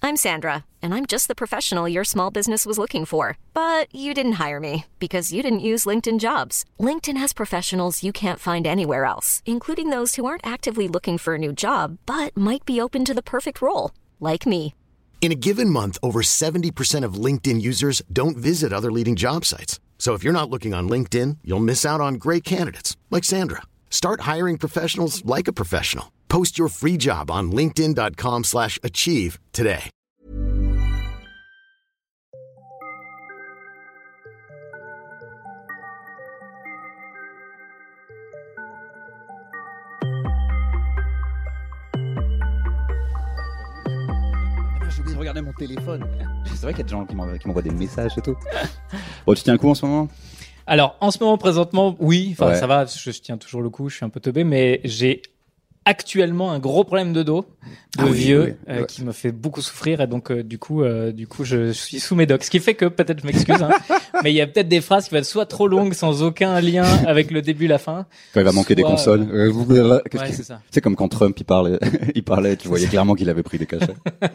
I'm Sandra, and I'm just the professional your small business was looking for. But you didn't hire me because you didn't use LinkedIn Jobs. LinkedIn has professionals you can't find anywhere else, including those who aren't actively looking for a new job, but might be open to the perfect role, like me. In a given month, over 70% of LinkedIn users don't visit other leading job sites. So if you're not looking on LinkedIn, you'll miss out on great candidates like Sandra. Start hiring professionals like a professional. Post your free job on linkedin.com/achieve today. J'ai oublié de regarder mon téléphone. C'est vrai qu'il y a des gens qui m'envoient des messages et tout. Bon, tu tiens le coup en ce moment ? Alors, en ce moment, présentement, oui. Enfin, Ouais. ça va, je tiens toujours le coup, je suis un peu teubé, mais j'ai actuellement un gros problème de dos, de vieux, oui. qui me fait beaucoup souffrir, et donc, du coup, je suis sous médoc. Ce qui fait que, peut-être, je m'excuse, hein, mais il y a peut-être des phrases qui vont être soit trop longues, sans aucun lien avec le début et la fin. Quand il va manquer des soit, consoles. Ouais, c'est ça. C'est comme quand Trump il parlait, tu voyais clairement qu'il avait pris des cachets.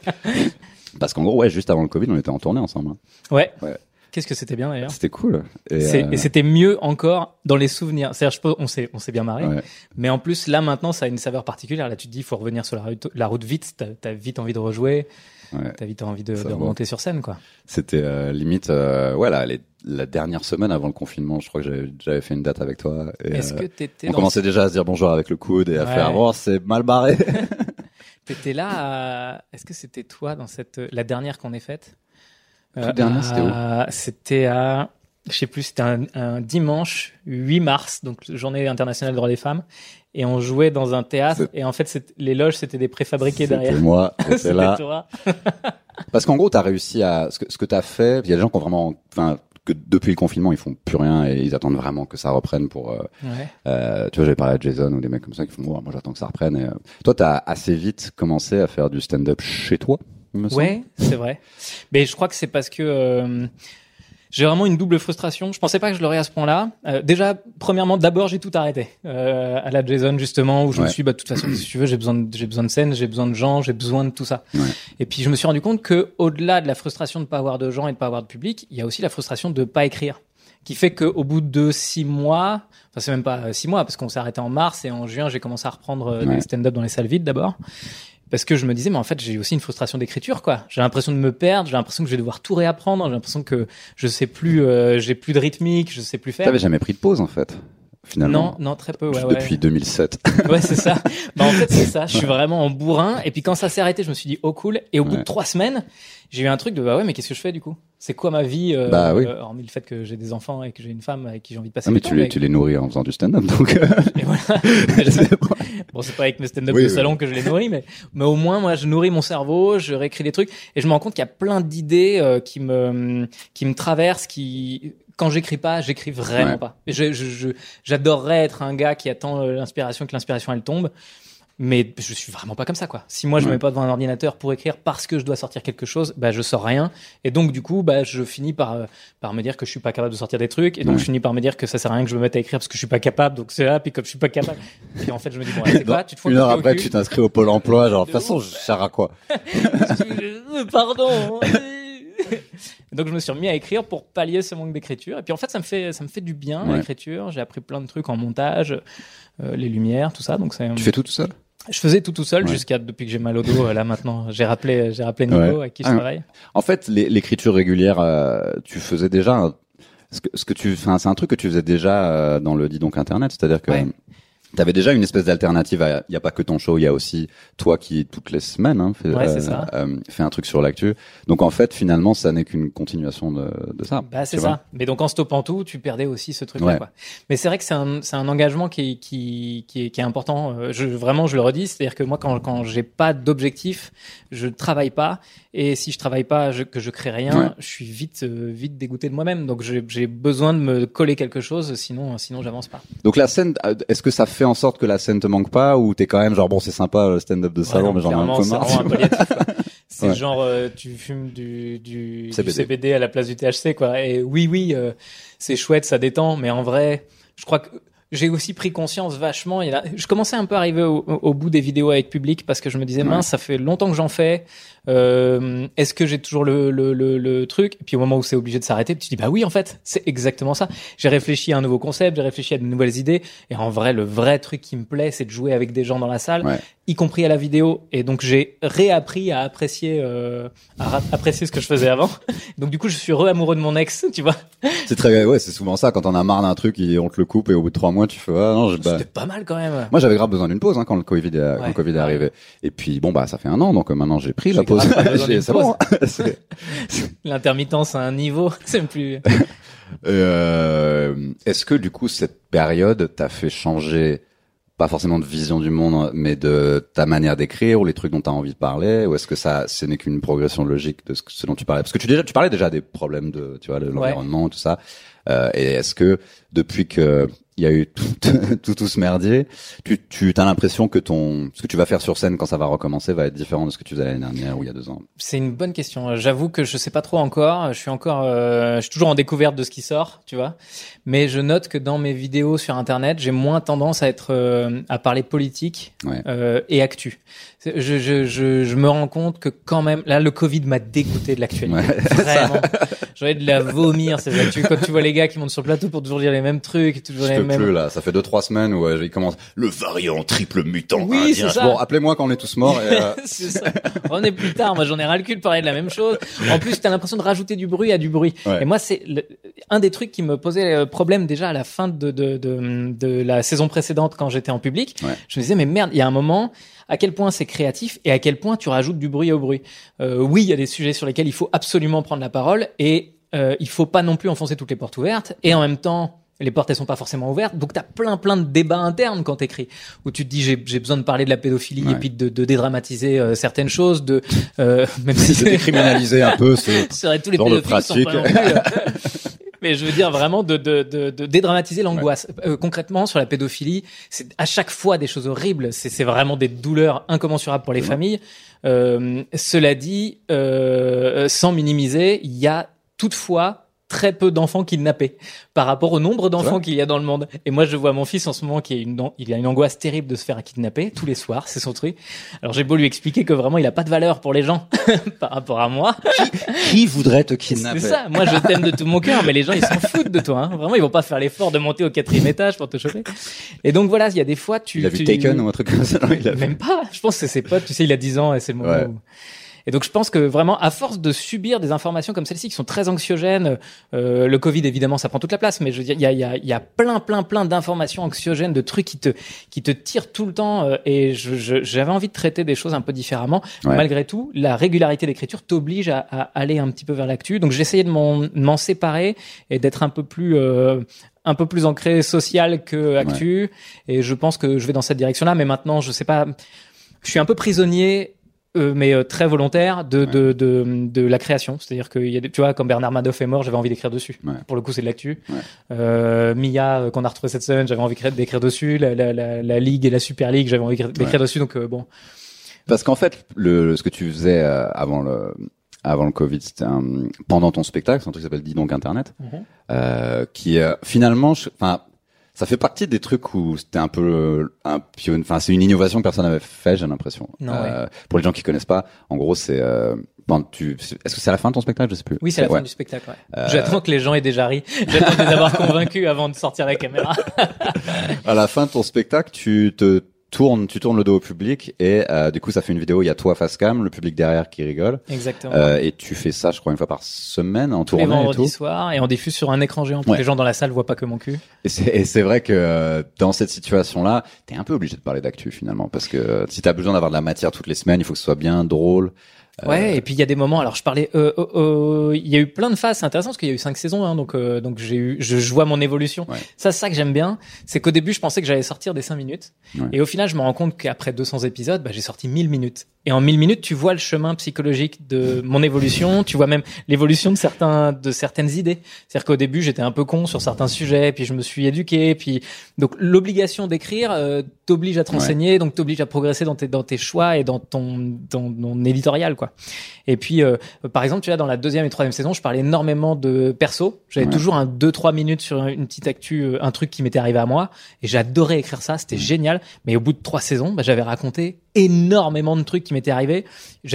Parce qu'en gros, ouais, juste avant le Covid, on était en tournée ensemble. Hein. Ouais. Ouais. Qu'est-ce que c'était bien d'ailleurs. C'était cool. Et c'était mieux encore dans les souvenirs. C'est-à-dire, on s'est bien marré. Ouais. Mais en plus, là, maintenant, ça a une saveur particulière. Là, tu te dis, il faut revenir sur la route vite. T'as vite envie de rejouer. Ouais. T'as vite envie de Ça va. remonter sur scène, quoi. C'était limite, voilà, la dernière semaine avant le confinement, je crois que j'avais fait une date avec toi. Et, Est-ce que t'étais on commençait déjà à se dire bonjour avec le coude et à faire bon, c'est mal barré. T'étais là Est-ce que c'était toi dans la dernière qu'on ait faite? Toute dernière, c'était où? C'était à, je sais plus, c'était un dimanche 8 mars, donc journée internationale des droits des femmes. Et on jouait dans un théâtre. Et en fait, les loges, c'était des préfabriqués derrière. C'était moi, j'étais C'était là. toi. Parce qu'en gros, t'as réussi à, ce que t'as fait, il y a des gens qui ont vraiment, enfin, que depuis le confinement, ils font plus rien et ils attendent vraiment que ça reprenne pour, tu vois, j'avais parlé à Jason ou des mecs comme ça qui font, moi, j'attends que ça reprenne. Et, toi, t'as assez vite commencé à faire du stand-up chez toi, il me semble. Ouais, c'est vrai. Mais je crois que c'est parce que j'ai vraiment une double frustration. Je pensais pas que je l'aurais à ce point-là. Déjà, premièrement, d'abord, j'ai tout arrêté. À la Jason, justement, où je me suis dit, bah, de toute façon, si tu veux, j'ai besoin de scène, j'ai besoin de gens, j'ai besoin de tout ça. Ouais. Et puis, je me suis rendu compte que, au-delà de la frustration de pas avoir de gens et de pas avoir de public, il y a aussi la frustration de pas écrire. Qui fait qu'au bout de 6 mois, enfin, c'est même pas 6 mois, parce qu'on s'est arrêté en mars et en juin, j'ai commencé à reprendre des stand-up dans les salles vides d'abord. Parce que je me disais, mais en fait, j'ai aussi une frustration d'écriture, quoi. J'ai l'impression de me perdre, j'ai l'impression que je vais devoir tout réapprendre, j'ai l'impression que je sais plus, j'ai plus de rythmique, je sais plus faire. T'avais jamais pris de pause, en fait, finalement. Non, très peu, ouais. Depuis 2007. Ouais, c'est ça. Bah, en fait, c'est ça. Je suis vraiment en bourrin. Et puis, quand ça s'est arrêté, je me suis dit, oh, cool. Et au bout de 3 semaines, j'ai eu un truc de, bah ouais, mais qu'est-ce que je fais, du coup? C'est quoi ma vie, hormis le fait que j'ai des enfants et que j'ai une femme avec qui j'ai envie de passer Non, mais du temps. tu les nourris en faisant du stand-up, donc. Et voilà. Bon, c'est pas avec mes stand-up de salon que je les nourris, mais au moins, moi, je nourris mon cerveau, je réécris des trucs, et je me rends compte qu'il y a plein d'idées qui me traversent, quand j'écris pas, j'écris vraiment pas. J'adorerais être un gars qui attend l'inspiration, que l'inspiration elle tombe. Mais je suis vraiment pas comme ça, quoi. Si moi je me mets pas devant un ordinateur pour écrire parce que je dois sortir quelque chose, bah je sors rien. Et donc du coup, bah je finis par me dire que je suis pas capable de sortir des trucs. Et donc je finis par me dire que ça sert à rien que je me mette à écrire parce que je suis pas capable. Donc c'est là, puis comme je suis pas capable, puis en fait je me dis bon, c'est quoi, tu te fous une heure après, tu t'inscris au Pôle Emploi, genre de toute façon, je sers à quoi? Pardon. Donc je me suis remis à écrire pour pallier ce manque d'écriture. Et puis en fait ça me fait du bien l'écriture. J'ai appris plein de trucs en montage, les lumières, tout ça. Donc tu fais tout seul? Je faisais tout seul jusqu'à depuis que j'ai mal au dos. Là maintenant, j'ai rappelé Nico avec qui je travaille. En fait, l'écriture régulière, tu faisais déjà c'est un truc que tu faisais déjà dans le Dis donc Internet, c'est-à-dire que t'avais déjà une espèce d'alternative il y a pas que ton show, il y a aussi toi qui toutes les semaines fait un truc sur l'actu. Donc en fait finalement ça n'est qu'une continuation de ça. Bah c'est ça. Mais donc en stoppant tout, tu perdais aussi ce truc-là, quoi. Mais c'est vrai que c'est un engagement qui est important. Vraiment je le redis, c'est-à-dire que moi quand j'ai pas d'objectif, je travaille pas, et si je travaille pas, que je crée rien, je suis vite dégoûté de moi-même. Donc j'ai besoin de me coller quelque chose, sinon j'avance pas. Donc la scène, est-ce que ça fait en sorte que la scène te manque pas, ou t'es quand même genre bon c'est sympa le stand-up de salon, mais j'en ai un peu marre. C'est genre tu fumes du CBD à la place du THC, quoi. Et oui, c'est chouette, ça détend, mais en vrai, je crois que j'ai aussi pris conscience vachement. Je commençais un peu à arriver au bout des vidéos avec public, parce que je me disais mince, ça fait longtemps que j'en fais. Est-ce que j'ai toujours le truc? Et puis au moment où c'est obligé de s'arrêter, tu dis bah oui, en fait, c'est exactement ça. J'ai réfléchi à un nouveau concept, j'ai réfléchi à de nouvelles idées. Et en vrai, le vrai truc qui me plaît, c'est de jouer avec des gens dans la salle, y compris à la vidéo. Et donc j'ai réappris à apprécier ce que je faisais avant. Donc du coup, je suis amoureux de mon ex, tu vois. C'est c'est souvent ça. Quand on a marre d'un truc, on te le coupe et au bout de 3 mois, tu fais c'était pas mal quand même. Moi, j'avais grave besoin d'une pause quand le Covid est arrivé. Et puis bon ça fait 1 an, donc maintenant j'ai pris la pause. C'est bon. L'intermittence à un niveau, c'est plus. Est-ce que du coup cette période t'a fait changer, pas forcément de vision du monde, mais de ta manière d'écrire ou les trucs dont t'as envie de parler, ou est-ce que ce n'est qu'une progression logique de ce dont tu parlais? Parce que tu parlais déjà des problèmes de l'environnement, tout ça. Et est-ce que depuis que il y a eu tout ce merdier, tu as l'impression que ce que tu vas faire sur scène quand ça va recommencer va être différent de ce que tu faisais l'année dernière ou il y a 2 ans? C'est une bonne question. J'avoue que je sais pas trop encore. Je suis toujours en découverte de ce qui sort, tu vois. Mais je note que dans mes vidéos sur Internet, j'ai moins tendance à à parler politique et actu. Je me rends compte que quand même, là, le Covid m'a dégoûté de l'actualité. Vraiment. J'ai envie de la vomir, ces actus. Quand tu vois les gars qui montent sur le plateau pour toujours dire les mêmes trucs, toujours les mêmes. Plus, là. Ça fait 2-3 semaines où il commence le variant triple mutant. Oui, c'est ça. Bon, appelez-moi quand on est tous morts. C'est ça. On est plus tard. Moi, j'en ai ras le cul de parler de la même chose. En plus, t'as l'impression de rajouter du bruit à du bruit. Et moi, c'est un des trucs qui me posait problème déjà à la fin de la saison précédente quand j'étais en public. Je me disais, mais merde, il y a un moment, à quel point c'est créatif et à quel point tu rajoutes du bruit au bruit. Oui, il y a des sujets sur lesquels il faut absolument prendre la parole et il faut pas non plus enfoncer toutes les portes ouvertes. Et en même temps, les portes elles sont pas forcément ouvertes, donc t'as plein de débats internes quand t'écris, où tu te dis j'ai besoin de parler de la pédophilie et puis de dédramatiser certaines choses, même si de décriminaliser un peu ce serait tous les genre de pédophiles sont pratique. pas non plus, mais je veux dire vraiment de dédramatiser l'angoisse. Concrètement sur la pédophilie, c'est à chaque fois des choses horribles, c'est vraiment des douleurs incommensurables pour les familles. Cela dit, sans minimiser, il y a toutefois très peu d'enfants kidnappés par rapport au nombre d'enfants qu'il y a dans le monde. Et moi, je vois mon fils en ce moment il a une angoisse terrible de se faire kidnapper tous les soirs, c'est son truc. Alors j'ai beau lui expliquer que vraiment il a pas de valeur pour les gens par rapport à moi. Qui voudrait te kidnapper? C'est ça. Moi, je t'aime de tout mon cœur, mais les gens ils s'en foutent de toi. Vraiment, ils vont pas faire l'effort de monter au 4e étage pour te choper. Et donc voilà, il y a des fois il a vu Taken ou un truc comme ça. Non, même pas. Je pense que c'est ses potes. Tu sais, il a 10 ans et c'est le moment où... Et donc je pense que vraiment, à force de subir des informations comme celle-ci qui sont très anxiogènes, le Covid évidemment ça prend toute la place, mais je veux dire il y a plein d'informations anxiogènes, de trucs qui te tirent tout le temps. Et j'avais envie de traiter des choses un peu différemment. Malgré tout, la régularité d'écriture t'oblige à aller un petit peu vers l'actu. Donc j'essayais de m'en séparer et d'être un peu plus ancré social que actu. Et je pense que je vais dans cette direction-là. Mais maintenant, je sais pas, je suis un peu prisonnier. Mais très volontaire de la création, c'est-à-dire que tu vois, quand Bernard Madoff est mort, j'avais envie d'écrire dessus. Pour le coup, c'est de l'actu. Mia qu'on a retrouvé cette semaine, j'avais envie d'écrire dessus. La Ligue et la Super League, j'avais envie d'écrire dessus. Donc bon. Parce qu'en fait, ce que tu faisais avant le Covid, c'était pendant ton spectacle, c'est un truc qui s'appelle Dis donc Internet, qui finalement, ça fait partie des trucs où c'était un peu c'est une innovation que personne n'avait fait, j'ai l'impression. Pour les gens qui connaissent pas, en gros, c'est est-ce que c'est à la fin de ton spectacle, je sais plus. Oui, c'est à la fin du spectacle. J'attends que les gens aient déjà ri. J'attends de les avoir convaincus avant de sortir la caméra. À la fin de ton spectacle, tu tournes le dos au public et du coup ça fait une vidéo, il y a toi face cam, le public derrière qui rigole. Exactement. Et tu fais ça, je crois, une fois par semaine en tournée. Les vendredis soirs, et on diffuse sur un écran géant pour que les gens dans la salle voient pas que mon cul. Et c'est vrai que dans cette situation-là, t'es un peu obligé de parler d'actu finalement, parce que si t'as besoin d'avoir de la matière toutes les semaines, il faut que ce soit bien drôle. Et puis il y a des moments, alors je parlais il y a eu plein de phases, c'est intéressant parce qu'il y a eu 5 saisons donc je vois mon évolution. C'est ça que j'aime bien, c'est qu'au début je pensais que j'allais sortir des 5 minutes et au final je me rends compte qu'après 200 épisodes, j'ai sorti 1000 minutes. Et en 1000 minutes, tu vois le chemin psychologique de mon évolution, tu vois même l'évolution de certaines idées. C'est-à-dire qu'au début, j'étais un peu con sur certains sujets, puis je me suis éduqué, puis donc l'obligation d'écrire t'oblige à te renseigner, donc t'oblige à progresser dans tes choix et dans ton éditorial, quoi. Et puis par exemple, tu vois, dans la 2e et 3e saison, je parlais énormément de perso. J'avais toujours 2-3 minutes sur une petite actu, un truc qui m'était arrivé à moi, et j'adorais écrire ça, c'était génial. Mais au bout de 3 saisons, j'avais raconté énormément de trucs qui m'étaient arrivés. J'avais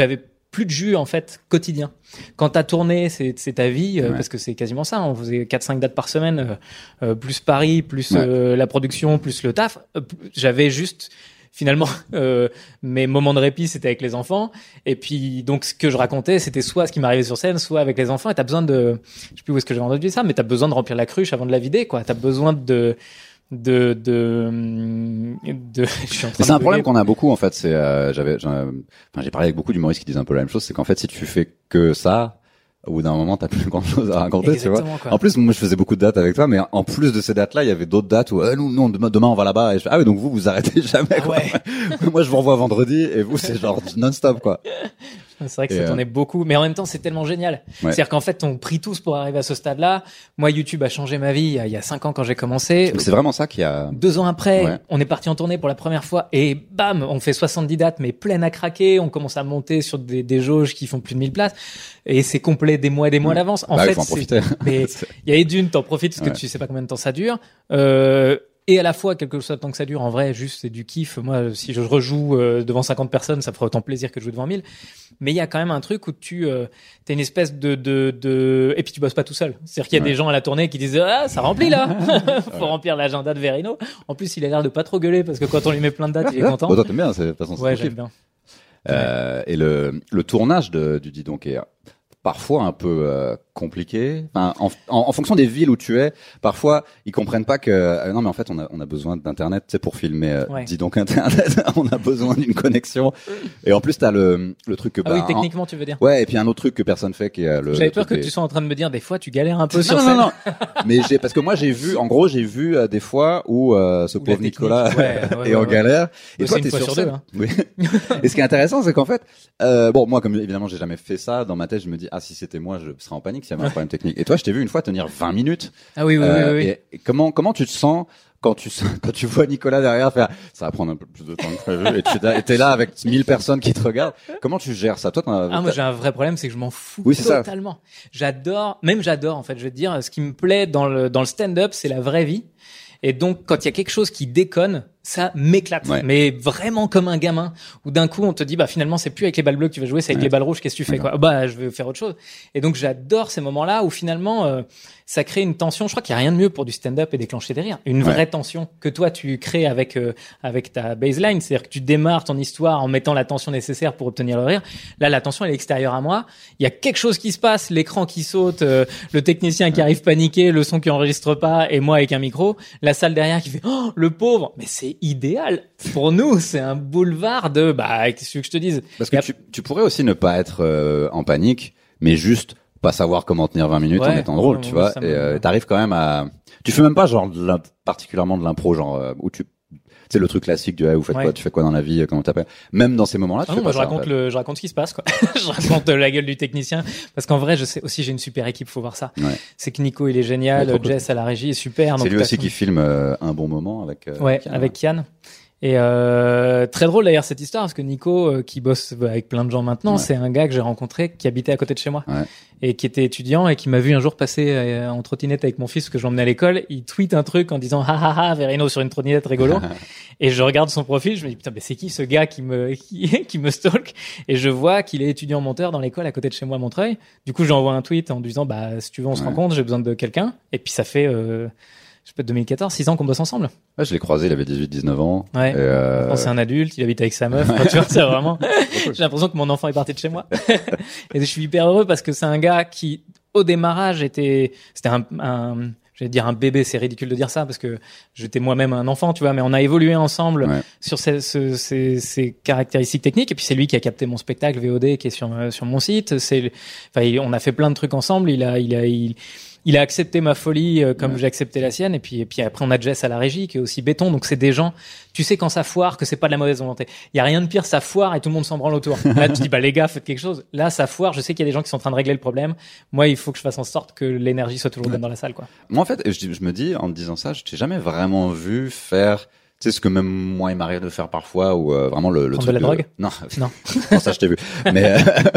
plus de jus en fait quotidien. Quand t'as tourné, c'est ta vie parce que c'est quasiment ça. On faisait 4-5 dates par semaine, plus Paris, plus la production, plus le taf. J'avais juste finalement mes moments de répit, c'était avec les enfants. Et puis donc ce que je racontais, c'était soit ce qui m'arrivait sur scène, soit avec les enfants. Et t'as besoin de, je sais plus où est-ce que j'avais entendu ça, mais t'as besoin de remplir la cruche avant de la vider, quoi. T'as besoin de je suis en train c'est de un problème qu'on a beaucoup en fait. C'est j'ai parlé avec beaucoup d'humoristes qui disent un peu la même chose. C'est qu'en fait, si tu fais que ça, au bout d'un moment, t'as plus grand chose à raconter. Exactement, tu vois. quoi. En plus, moi, je faisais beaucoup de dates avec toi, mais en plus de ces dates-là, il y avait d'autres dates où non, demain on va là-bas. Et oui, donc vous arrêtez jamais. Quoi. Ouais. Moi, je vous revois vendredi et vous, c'est genre non-stop quoi. C'est vrai que ça tournait beaucoup, mais en même temps, c'est tellement génial. Ouais. C'est-à-dire qu'en fait, on prie tous pour arriver à ce stade-là. Moi, YouTube a changé ma vie il y a 5 ans quand j'ai commencé. C'est vraiment ça qui a... 2 ans après, on est parti en tournée pour la première fois et bam, on fait 70 dates, mais pleines à craquer. On commence à monter sur des jauges qui font plus de 1000 places et c'est complet des mois et des mois à l'avance. En fait, faut en profiter. Mais il y a les dunes, t'en profites parce que tu sais pas combien de temps ça dure. Et à la fois, quel que soit le temps que ça dure, en vrai, juste, c'est du kiff. Moi, si je rejoue devant 50 personnes, ça ferait autant plaisir que de jouer devant 1000. Mais il y a quand même un truc où t'as une espèce de... Et puis tu bosses pas tout seul. C'est-à-dire qu'il y a des gens à la tournée qui disent « Ah, ça remplit là !» Faut remplir l'agenda de Verino. En plus, il a l'air de pas trop gueuler parce que quand on lui met plein de dates, il est content. Bon, toi, t'aimes bien, de toute façon, c'est j'aime bien. Et le tournage du Dis donc est parfois un peu compliqué. Enfin, en fonction des villes où tu es, parfois ils comprennent pas que non mais en fait on a besoin d'internet, tu sais, pour filmer. Dis donc internet, on a besoin d'une connexion. Et en plus t'as le truc que oui, techniquement tu veux dire. Ouais, et puis un autre truc que personne fait qui est le. J'avais peur que tu sois en train de me dire des fois tu galères un peu sur scène. Non. Mais parce que moi j'ai vu des fois où ce pauvre Nicolas est en galère. Et toi t'es sur scène. Oui. Et ce qui est intéressant c'est qu'en fait bon moi comme évidemment j'ai jamais fait ça, dans ma tête je me dis ah si c'était moi je serais en panique s'il y avait un problème technique. Et toi je t'ai vu une fois tenir 20 minutes. Ah oui. Et comment tu te sens quand tu vois Nicolas derrière faire ça va prendre un peu plus de temps que prévu et t'es là avec 1000 personnes qui te regardent. Comment tu gères ça? Toi moi j'ai un vrai problème, c'est que je m'en fous totalement. J'adore en fait, je vais te dire, ce qui me plaît dans le stand-up, c'est la vraie vie. Et donc quand il y a quelque chose qui déconne, ça m'éclate, mais vraiment comme un gamin où d'un coup on te dit bah finalement c'est plus avec les balles bleues que tu vas jouer, c'est avec les balles rouges, qu'est-ce que tu fais quoi? Bah je vais faire autre chose. Et donc j'adore ces moments-là où finalement ça crée une tension. Je crois qu'il y a rien de mieux pour du stand-up et déclencher des rires, une vraie tension que toi tu crées avec ta baseline, c'est-à-dire que tu démarres ton histoire en mettant la tension nécessaire pour obtenir le rire. Là la tension elle est extérieure à moi, il y a quelque chose qui se passe, l'écran qui saute, le technicien qui arrive paniqué, le son qui enregistre pas et moi avec un micro, la salle derrière qui fait oh le pauvre, mais c'est idéal pour nous, c'est un boulevard de qu'est-ce que je te dise. Parce que tu pourrais aussi ne pas être en panique, mais juste pas savoir comment tenir 20 minutes en étant drôle, tu vois. Et t'arrives quand même tu fais même pas genre particulièrement de l'impro, genre où c'est le truc classique du vous faites quoi, tu fais quoi dans la vie, comment t'appelles. Même dans ces moments-là, tu fais pas je raconte ce qui se passe quoi. Je raconte la gueule du technicien parce qu'en vrai, je sais aussi j'ai une super équipe, faut voir ça. C'est que Nico il est génial, Jess à la régie est super. C'est lui aussi qui filme un bon moment avec Kian, avec Kian. Et très drôle d'ailleurs cette histoire parce que Nico qui bosse avec plein de gens maintenant, c'est un gars que j'ai rencontré qui habitait à côté de chez moi et qui était étudiant et qui m'a vu un jour passer en trottinette avec mon fils que je l'emmenais à l'école. Il tweet un truc en disant ha ha ha Verino sur une trottinette rigolo. Et je regarde son profil, je me dis putain mais c'est qui ce gars qui me stalk? Et je vois qu'il est étudiant monteur dans l'école à côté de chez moi à Montreuil. Du coup j'envoie un tweet en disant si tu veux on se rencontre, j'ai besoin de quelqu'un. Et puis ça fait 2014, 6 ans qu'on bosse ensemble. Ouais, je l'ai croisé, il avait 18-19 ans. Ouais. C'est un adulte, il habite avec sa meuf. Tu vois, c'est vraiment, j'ai l'impression que mon enfant est parti de chez moi. Et je suis hyper heureux parce que c'est un gars qui, au démarrage, c'était j'allais dire un bébé, c'est ridicule de dire ça parce que j'étais moi-même un enfant, tu vois, mais on a évolué ensemble sur ces caractéristiques techniques. Et puis c'est lui qui a capté mon spectacle VOD qui est sur mon site. On a fait plein de trucs ensemble. Il a accepté ma folie comme j'ai accepté la sienne. Et puis après, on a Jess à la régie qui est aussi béton. Donc c'est des gens, tu sais quand ça foire, que c'est pas de la mauvaise volonté. Il y a rien de pire, ça foire et tout le monde s'en branle autour. Là, tu dis, les gars, faites quelque chose. Là, ça foire. Je sais qu'il y a des gens qui sont en train de régler le problème. Moi, il faut que je fasse en sorte que l'énergie soit toujours bonne dans la salle, quoi. Moi, en fait, je me dis, en te disant ça, je t'ai jamais vraiment vu faire, tu sais, ce que même moi il m'arrive de faire parfois, ou vraiment le truc de la drogue. Non. Non, ça je t'ai vu. Mais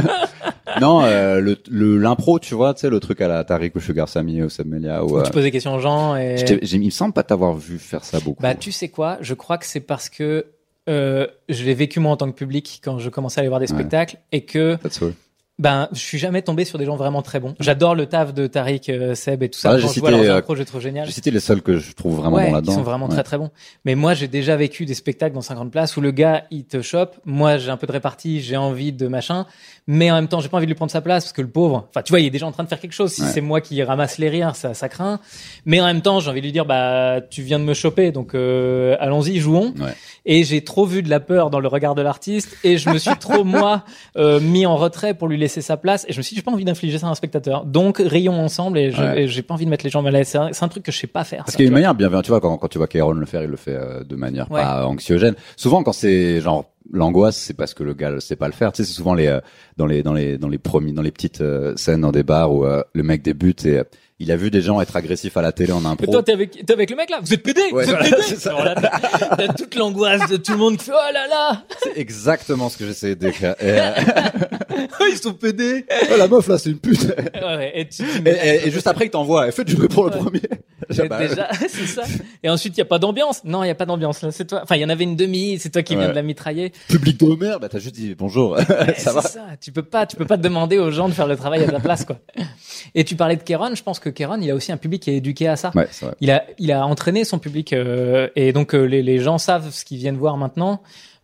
non, l'impro, tu vois, tu sais, le truc à la Tariq ou Sugar Sammy ou Seb Melia. Où tu poses des questions aux gens et... Il me semble pas t'avoir vu faire ça beaucoup. Tu sais quoi, je crois que c'est parce que je l'ai vécu moi en tant que public quand je commençais à aller voir des spectacles et que je suis jamais tombé sur des gens vraiment très bons. J'adore le taf de Tariq, Seb et tout ça. Quand je vois leurs projets trop génial. J'ai cité les seuls que je trouve vraiment bons là-dedans. Ils sont vraiment très très bons. Mais moi, j'ai déjà vécu des spectacles dans 50 places où le gars, il te chope. Moi, j'ai un peu de répartie, j'ai envie de machin. Mais en même temps, j'ai pas envie de lui prendre sa place parce que le pauvre, enfin, tu vois, il est déjà en train de faire quelque chose. Si c'est moi qui ramasse les rires, ça craint. Mais en même temps, j'ai envie de lui dire, tu viens de me choper, donc, allons-y, jouons. Ouais. Et j'ai trop vu de la peur dans le regard de l'artiste et je me suis trop, moi, mis en retrait pour lui laisser sa place. Et je me suis dit, j'ai pas envie d'infliger ça à un spectateur. Donc, rions ensemble et j'ai pas envie de mettre les gens mal à l'aise. C'est un truc que je sais pas faire. Parce qu'il y a une manière bienveillante, tu vois, quand tu vois Kéron le faire, il le fait de manière pas anxiogène. Souvent, quand c'est genre, l'angoisse, c'est parce que le gars sait pas le faire. Tu sais, c'est souvent dans les petites scènes dans des bars où le mec débute et il a vu des gens être agressifs à la télé en impro. Mais toi, t'es avec le mec là. Vous êtes pédé. Ouais, vous êtes pédé. Alors là, t'as toute l'angoisse de tout le monde qui fait oh là là. C'est exactement ce que j'essayais de décrire. Ils sont pédés. Oh, la meuf là, c'est une pute. Et juste après, il t'envoie. Faites du bruit pour le premier. Déjà, c'est ça. Et ensuite, il y a pas d'ambiance. Non, il y a pas d'ambiance là. C'est toi. Enfin, il y en avait une demi. C'est toi qui viens de la mitrailler. Public de Homer. T'as juste dit bonjour. Ça va. C'est ça. Tu peux pas demander aux gens de faire le travail à ta place, quoi. Et tu parlais de Kéron. Je pense que Kéron, il a aussi un public qui est éduqué à ça. Ouais, c'est vrai. Il a entraîné son public et donc les gens savent ce qu'ils viennent voir maintenant.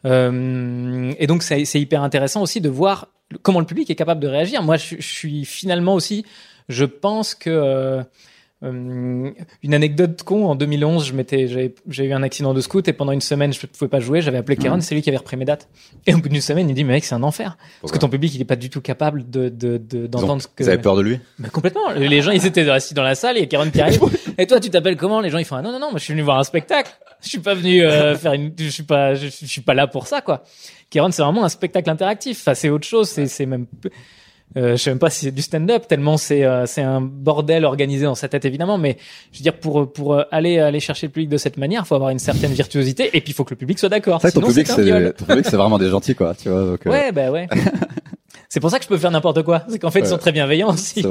Et donc c'est hyper intéressant aussi de voir comment le public est capable de réagir. Moi, je suis finalement aussi, je pense que une anecdote con, en 2011, j'ai eu un accident de scout et pendant une semaine, je pouvais pas jouer, j'avais appelé Kéron, c'est lui qui avait repris mes dates. Et au bout d'une semaine, il dit, mais mec, c'est un enfer. Parce que ton public, il est pas du tout capable d'entendre ce que... Vous avez peur de lui? Bah, complètement. Les gens, ils étaient assis dans la salle et Kéron qui arrive. Et toi, tu t'appelles comment? Les gens, ils font, ah non, moi, je suis venu voir un spectacle. Je suis pas venu, je suis pas là pour ça, quoi. Kéron, c'est vraiment un spectacle interactif. Enfin, c'est autre chose, c'est même, je sais même pas si c'est du stand-up tellement c'est un bordel organisé dans sa tête évidemment, mais je veux dire pour aller chercher le public de cette manière, faut avoir une certaine virtuosité et puis il faut que le public soit d'accord. C'est vrai que ton public c'est vraiment des gentils quoi, tu vois. Donc, ouais. C'est pour ça que je peux faire n'importe quoi. C'est qu'en fait ils sont très bienveillants aussi.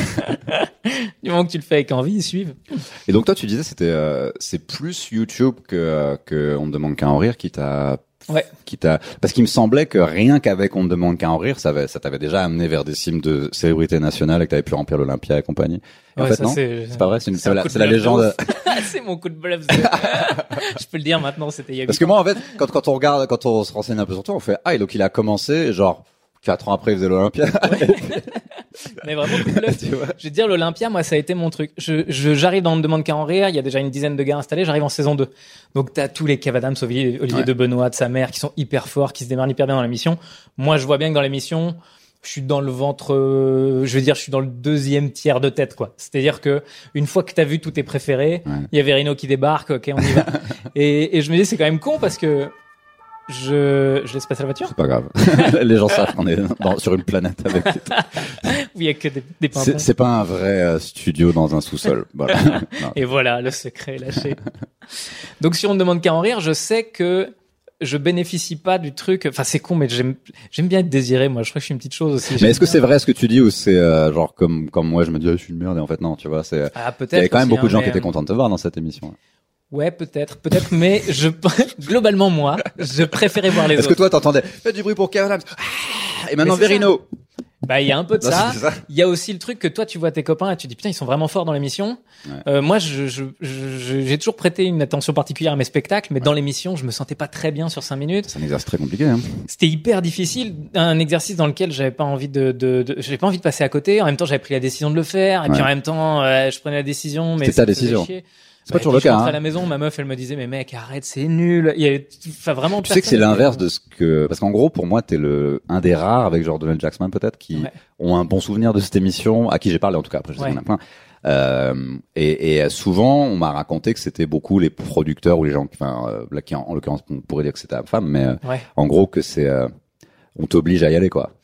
Du moment que tu le fais avec envie, ils suivent. Et donc toi tu disais c'est plus YouTube que On ne demande qu'à en rire qui t'a parce qu'il me semblait que rien qu'avec On ne demande qu'à en rire, ça t'avait déjà amené vers des cimes de célébrité nationale et que t'avais pu remplir l'Olympia et compagnie. Et en fait, non, c'est pas vrai, c'est la légende. C'est mon coup de bluff. Je peux le dire maintenant, c'était il y a 8 ans. Parce que moi, en fait, quand on se renseigne un peu sur toi, on fait, donc il a commencé, genre, 4 ans après, il faisait l'Olympia. Ouais. Mais vraiment, coup de bluff. Je vais te dire, l'Olympia, moi, ça a été mon truc. J'arrive dans On ne demande qu'à en rire. Il y a déjà une dizaine de gars installés. J'arrive en saison 2. Donc, t'as tous les Kev Adams, Olivier de Benoît, de sa mère, qui sont hyper forts, qui se démarrent hyper bien dans l'émission. Moi, je vois bien que dans l'émission, je suis dans le ventre, je suis dans le deuxième tiers de tête, quoi. C'est-à-dire que, une fois que t'as vu tous tes préférés, il y a Verino qui débarque, ok, on y va. et je me dis, c'est quand même con parce que, je laisse passer la voiture. C'est pas grave. Les gens savent qu'on est sur une planète avec. Oui, il y a que des pimpons. C'est pas un vrai studio dans un sous-sol. Voilà. Et voilà, le secret est lâché. Donc, si on ne demande qu'à en rire, je sais que je bénéficie pas du truc. Enfin, c'est con, mais j'aime bien être désiré. Moi, je crois que je suis une petite chose aussi. Mais est-ce que c'est vrai ce que tu dis ou c'est genre comme moi, je me dis je suis une merde et en fait non, tu vois, c'est. Peut-être. Il y avait quand même beaucoup de gens qui étaient contents de te voir dans cette émission. Ouais, peut-être, mais globalement, moi, je préférais voir les autres. Est-ce que toi, t'entendais, faites du bruit pour Kev Adams, et maintenant Verino. Bah, il y a un peu de ça. Il y a aussi le truc que toi, tu vois tes copains et tu dis, putain, ils sont vraiment forts dans l'émission. Ouais. Moi, j'ai toujours prêté une attention particulière à mes spectacles, mais dans l'émission, je me sentais pas très bien sur 5 minutes. C'est un exercice très compliqué, hein. C'était hyper difficile. Un exercice dans lequel j'avais pas envie de passer à côté. En même temps, j'avais pris la décision de le faire. Et puis, en même temps, je prenais la décision, mais c'était ta décision. C'est pas toujours le cas. Je rentrais à la maison, ma meuf, elle me disait, mais mec, arrête, c'est nul. Vraiment. Tu sais que c'est l'inverse de ce que, parce qu'en gros, pour moi, t'es un des rares avec genre Donald Jackson peut-être qui ont un bon souvenir de cette émission, à qui j'ai parlé en tout cas. Après, je sais qu'on a plein. Et souvent, on m'a raconté que c'était beaucoup les producteurs ou les gens, là, qui en l'occurrence, on pourrait dire que c'était la femme, mais en gros que c'est, on t'oblige à y aller, quoi.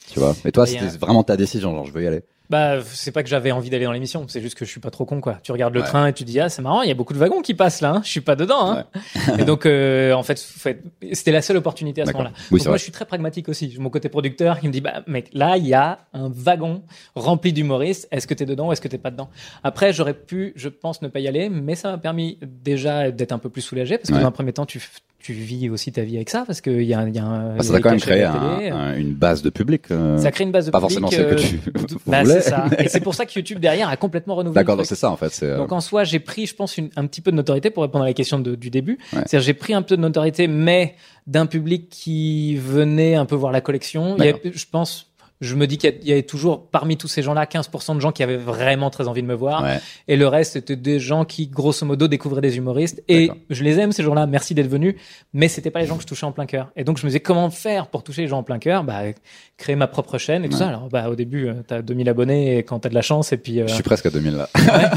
tu vois. Et toi, c'était vraiment ta décision, genre je veux y aller. Bah, c'est pas que j'avais envie d'aller dans l'émission, c'est juste que je suis pas trop con, quoi. Tu regardes le train et tu dis, ah, c'est marrant, il y a beaucoup de wagons qui passent là, hein. Je suis pas dedans, hein. Et donc, en fait, c'était la seule opportunité à ce moment-là. Oui, donc moi, je suis très pragmatique aussi. Mon côté producteur qui me dit, bah, mec, là, il y a un wagon rempli d'humoristes. Est-ce que t'es dedans ou est-ce que t'es pas dedans? Après, j'aurais pu, je pense, ne pas y aller, mais ça m'a permis déjà d'être un peu plus soulagé parce que dans un premier temps, tu vis aussi ta vie avec ça parce que il y a un ça a quand même créé une base de public. Ça crée une base de pas public. Pas forcément celle que tu bah, voulais. C'est ça. Et c'est pour ça que YouTube derrière a complètement renouvelé. D'accord, donc c'est ça en fait. Donc en soi, j'ai pris, je pense, un petit peu de notoriété pour répondre à la question du début. C'est-à-dire, j'ai pris un peu de notoriété, mais d'un public qui venait un peu voir la collection. Il y avait, je pense. Je me dis qu'il y avait toujours, parmi tous ces gens-là, 15% de gens qui avaient vraiment très envie de me voir. Et le reste, c'était des gens qui, grosso modo, découvraient des humoristes. Et je les aime, ces gens-là. Merci d'être venus. Mais c'était pas les gens que je touchais en plein cœur. Et donc, je me disais, comment faire pour toucher les gens en plein cœur? Bah, créer ma propre chaîne et tout ça. Alors, bah, au début, t'as 2000 abonnés et quand t'as de la chance. Et puis, je suis presque à 2000 là.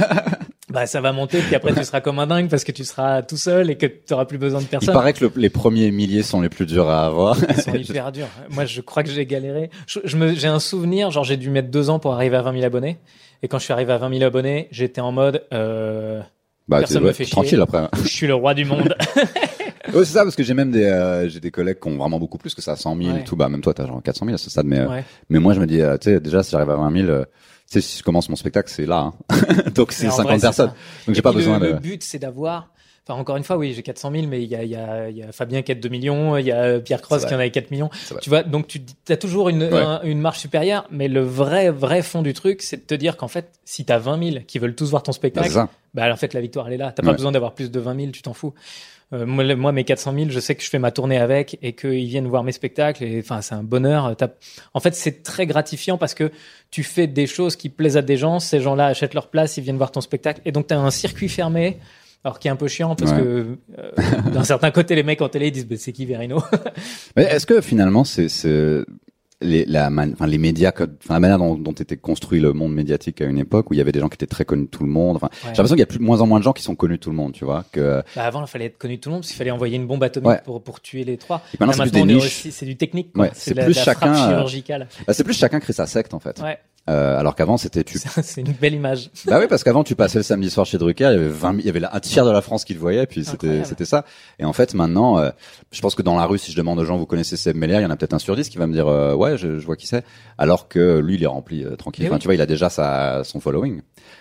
Bah, ça va monter, puis après, tu seras comme un dingue parce que tu seras tout seul et que tu auras plus besoin de personne. Il paraît que les premiers milliers sont les plus durs à avoir. Ils sont hyper durs. Moi, je crois que j'ai galéré. J'ai un souvenir, genre, j'ai dû mettre 2 ans pour arriver à 20 000 abonnés. Et quand je suis arrivé à 20 000 abonnés, j'étais en mode, personne me fait chier. Tranquille après. Je suis le roi du monde. Oui, c'est ça, parce que j'ai même des collègues qui ont vraiment beaucoup plus que ça, 100 000 et tout. Bah, même toi, t'as genre 400 000 à ce stade. Mais moi, je me dis, tu sais, déjà, si j'arrive à 20 000, tu sais, si je commence mon spectacle, c'est là, hein. Donc c'est 50 personnes. Donc j'ai pas besoin de... Le but, c'est d'avoir, enfin, encore une fois, oui, j'ai 400 000, mais il y a Fabien qui a 2 millions, il y a Pierre Cross qui en avait 4 millions. Tu vois, donc tu as toujours une marge supérieure, mais le vrai fond du truc, c'est de te dire qu'en fait, si t'as 20 000 qui veulent tous voir ton spectacle, bah, en fait, la victoire, elle est là. T'as pas besoin d'avoir plus de 20 000, tu t'en fous. Moi, mes 400 000, je sais que je fais ma tournée avec et qu'ils viennent voir mes spectacles. Et enfin, c'est un bonheur. En fait, c'est très gratifiant parce que tu fais des choses qui plaisent à des gens. Ces gens-là achètent leur place, ils viennent voir ton spectacle. Et donc, t'as un circuit fermé. Alors, qui est un peu chiant parce que d'un certain côté, les mecs en télé ils disent, bah, c'est qui Verino? Mais est-ce que finalement, les médias, la manière dont était construit le monde médiatique à une époque où il y avait des gens qui étaient très connus de tout le monde. Enfin, j'ai l'impression qu'il y a de moins en moins de gens qui sont connus de tout le monde, tu vois. Avant, il fallait être connu de tout le monde parce qu'il fallait envoyer une bombe atomique pour tuer les trois. Et maintenant, c'est plus des niches. C'est du technique, quoi. C'est plus chacun, frappe chirurgicale. C'est plus chacun crée sa secte, en fait. Alors qu'avant, c'était c'est une belle image. Bah oui, parce qu'avant, tu passais le samedi soir chez Drucker, il y avait un tiers de la France qui le voyait, puis c'était ça. Et en fait, maintenant, je pense que dans la rue, si je demande aux gens, vous connaissez Seb Meller, il y en a peut-être 1 sur 10 qui va me dire, ouais, je vois qui c'est. Alors que lui, il est rempli tranquille. Enfin, tu vois, il a déjà son following.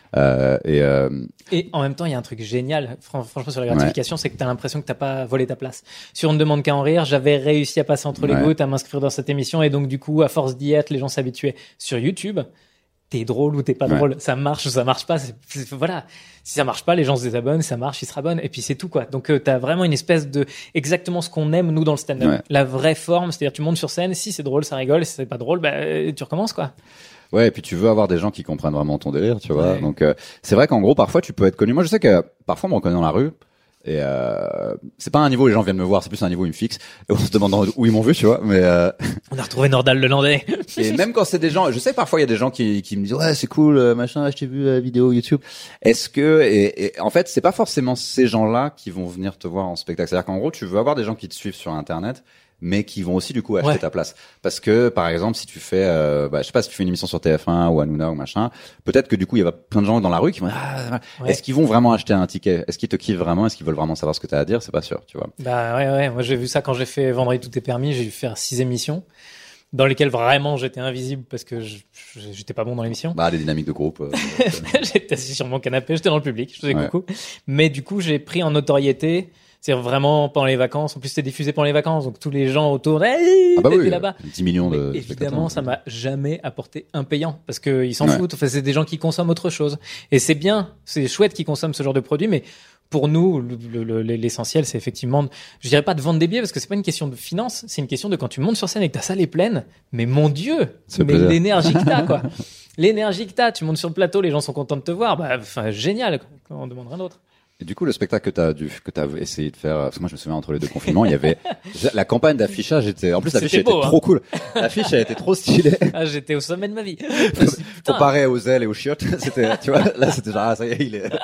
Et en même temps, il y a un truc génial, franchement, sur la gratification, c'est que t'as l'impression que t'as pas volé ta place. Sur On ne demande qu'à en rire, j'avais réussi à passer entre les gouttes, à m'inscrire dans cette émission, et donc, du coup, à force d'y être, les gens s'habituaient. Sur YouTube, t'es drôle ou t'es pas drôle, ça marche ou ça marche pas, voilà. Si ça marche pas, les gens se désabonnent, ça marche, ils se rabonnent, et puis c'est tout, quoi. Donc, t'as vraiment une espèce de, exactement ce qu'on aime, nous, dans le stand-up. La vraie forme, c'est-à-dire, tu montes sur scène, si c'est drôle, ça rigole, si c'est pas drôle, bah, tu recommences, quoi. Ouais, et puis tu veux avoir des gens qui comprennent vraiment ton délire, tu vois. Donc c'est vrai qu'en gros parfois tu peux être connu. Moi je sais que parfois on me reconnaît dans la rue et c'est pas un niveau où les gens viennent me voir, c'est plus un niveau où ils me fixent et on se demande où ils m'ont vu, tu vois. Mais on a retrouvé Nordal le Landais. Et même quand c'est des gens, je sais que parfois il y a des gens qui me disent ouais c'est cool machin, je t'ai vu la vidéo YouTube. Est-ce que et en fait c'est pas forcément ces gens-là qui vont venir te voir en spectacle. C'est-à-dire qu'en gros tu veux avoir des gens qui te suivent sur Internet, mais qui vont aussi du coup acheter ta place. Parce que par exemple si tu fais je sais pas, si tu fais une émission sur TF1 ou Hanouna ou machin, peut-être que du coup il y a plein de gens dans la rue qui vont est-ce qu'ils vont vraiment acheter un ticket, est-ce qu'ils te kiffent vraiment, est-ce qu'ils veulent vraiment savoir ce que tu as à dire, c'est pas sûr, tu vois. Bah ouais, moi j'ai vu ça quand j'ai fait Vendredi tout est permis, j'ai dû faire 6 émissions dans lesquelles vraiment j'étais invisible parce que j'étais pas bon dans l'émission. Les dynamiques de groupe. J'étais assis sur mon canapé, j'étais dans le public, je faisais coucou. Mais du coup, j'ai pris en notoriété. C'est vraiment pendant les vacances. En plus, c'était diffusé pendant les vacances. Donc, tous les gens autour, t'étais là-bas. 10 millions de spectateurs. Évidemment, ça m'a jamais apporté un payant. Parce qu'ils s'en foutent. Enfin, c'est des gens qui consomment autre chose. Et c'est bien. C'est chouette qu'ils consomment ce genre de produit. Mais pour nous, l'essentiel, c'est effectivement, je dirais pas de vendre des billets parce que c'est pas une question de finance. C'est une question de quand tu montes sur scène et que ta salle est pleine. Mais mon Dieu! Mais l'énergie que t'as, quoi. L'énergie que t'as. Tu montes sur le plateau, les gens sont contents de te voir. Génial. On demande rien d'autre. Et du coup, le spectacle que t'as essayé de faire, parce que moi je me souviens entre les 2 confinements, il y avait la campagne d'affichage en plus l'affiche était trop cool. L'affiche elle était trop stylée. J'étais au sommet de ma vie. Comparé aux ailes et aux chiottes, c'était, tu vois, là c'était genre ça y est, il est.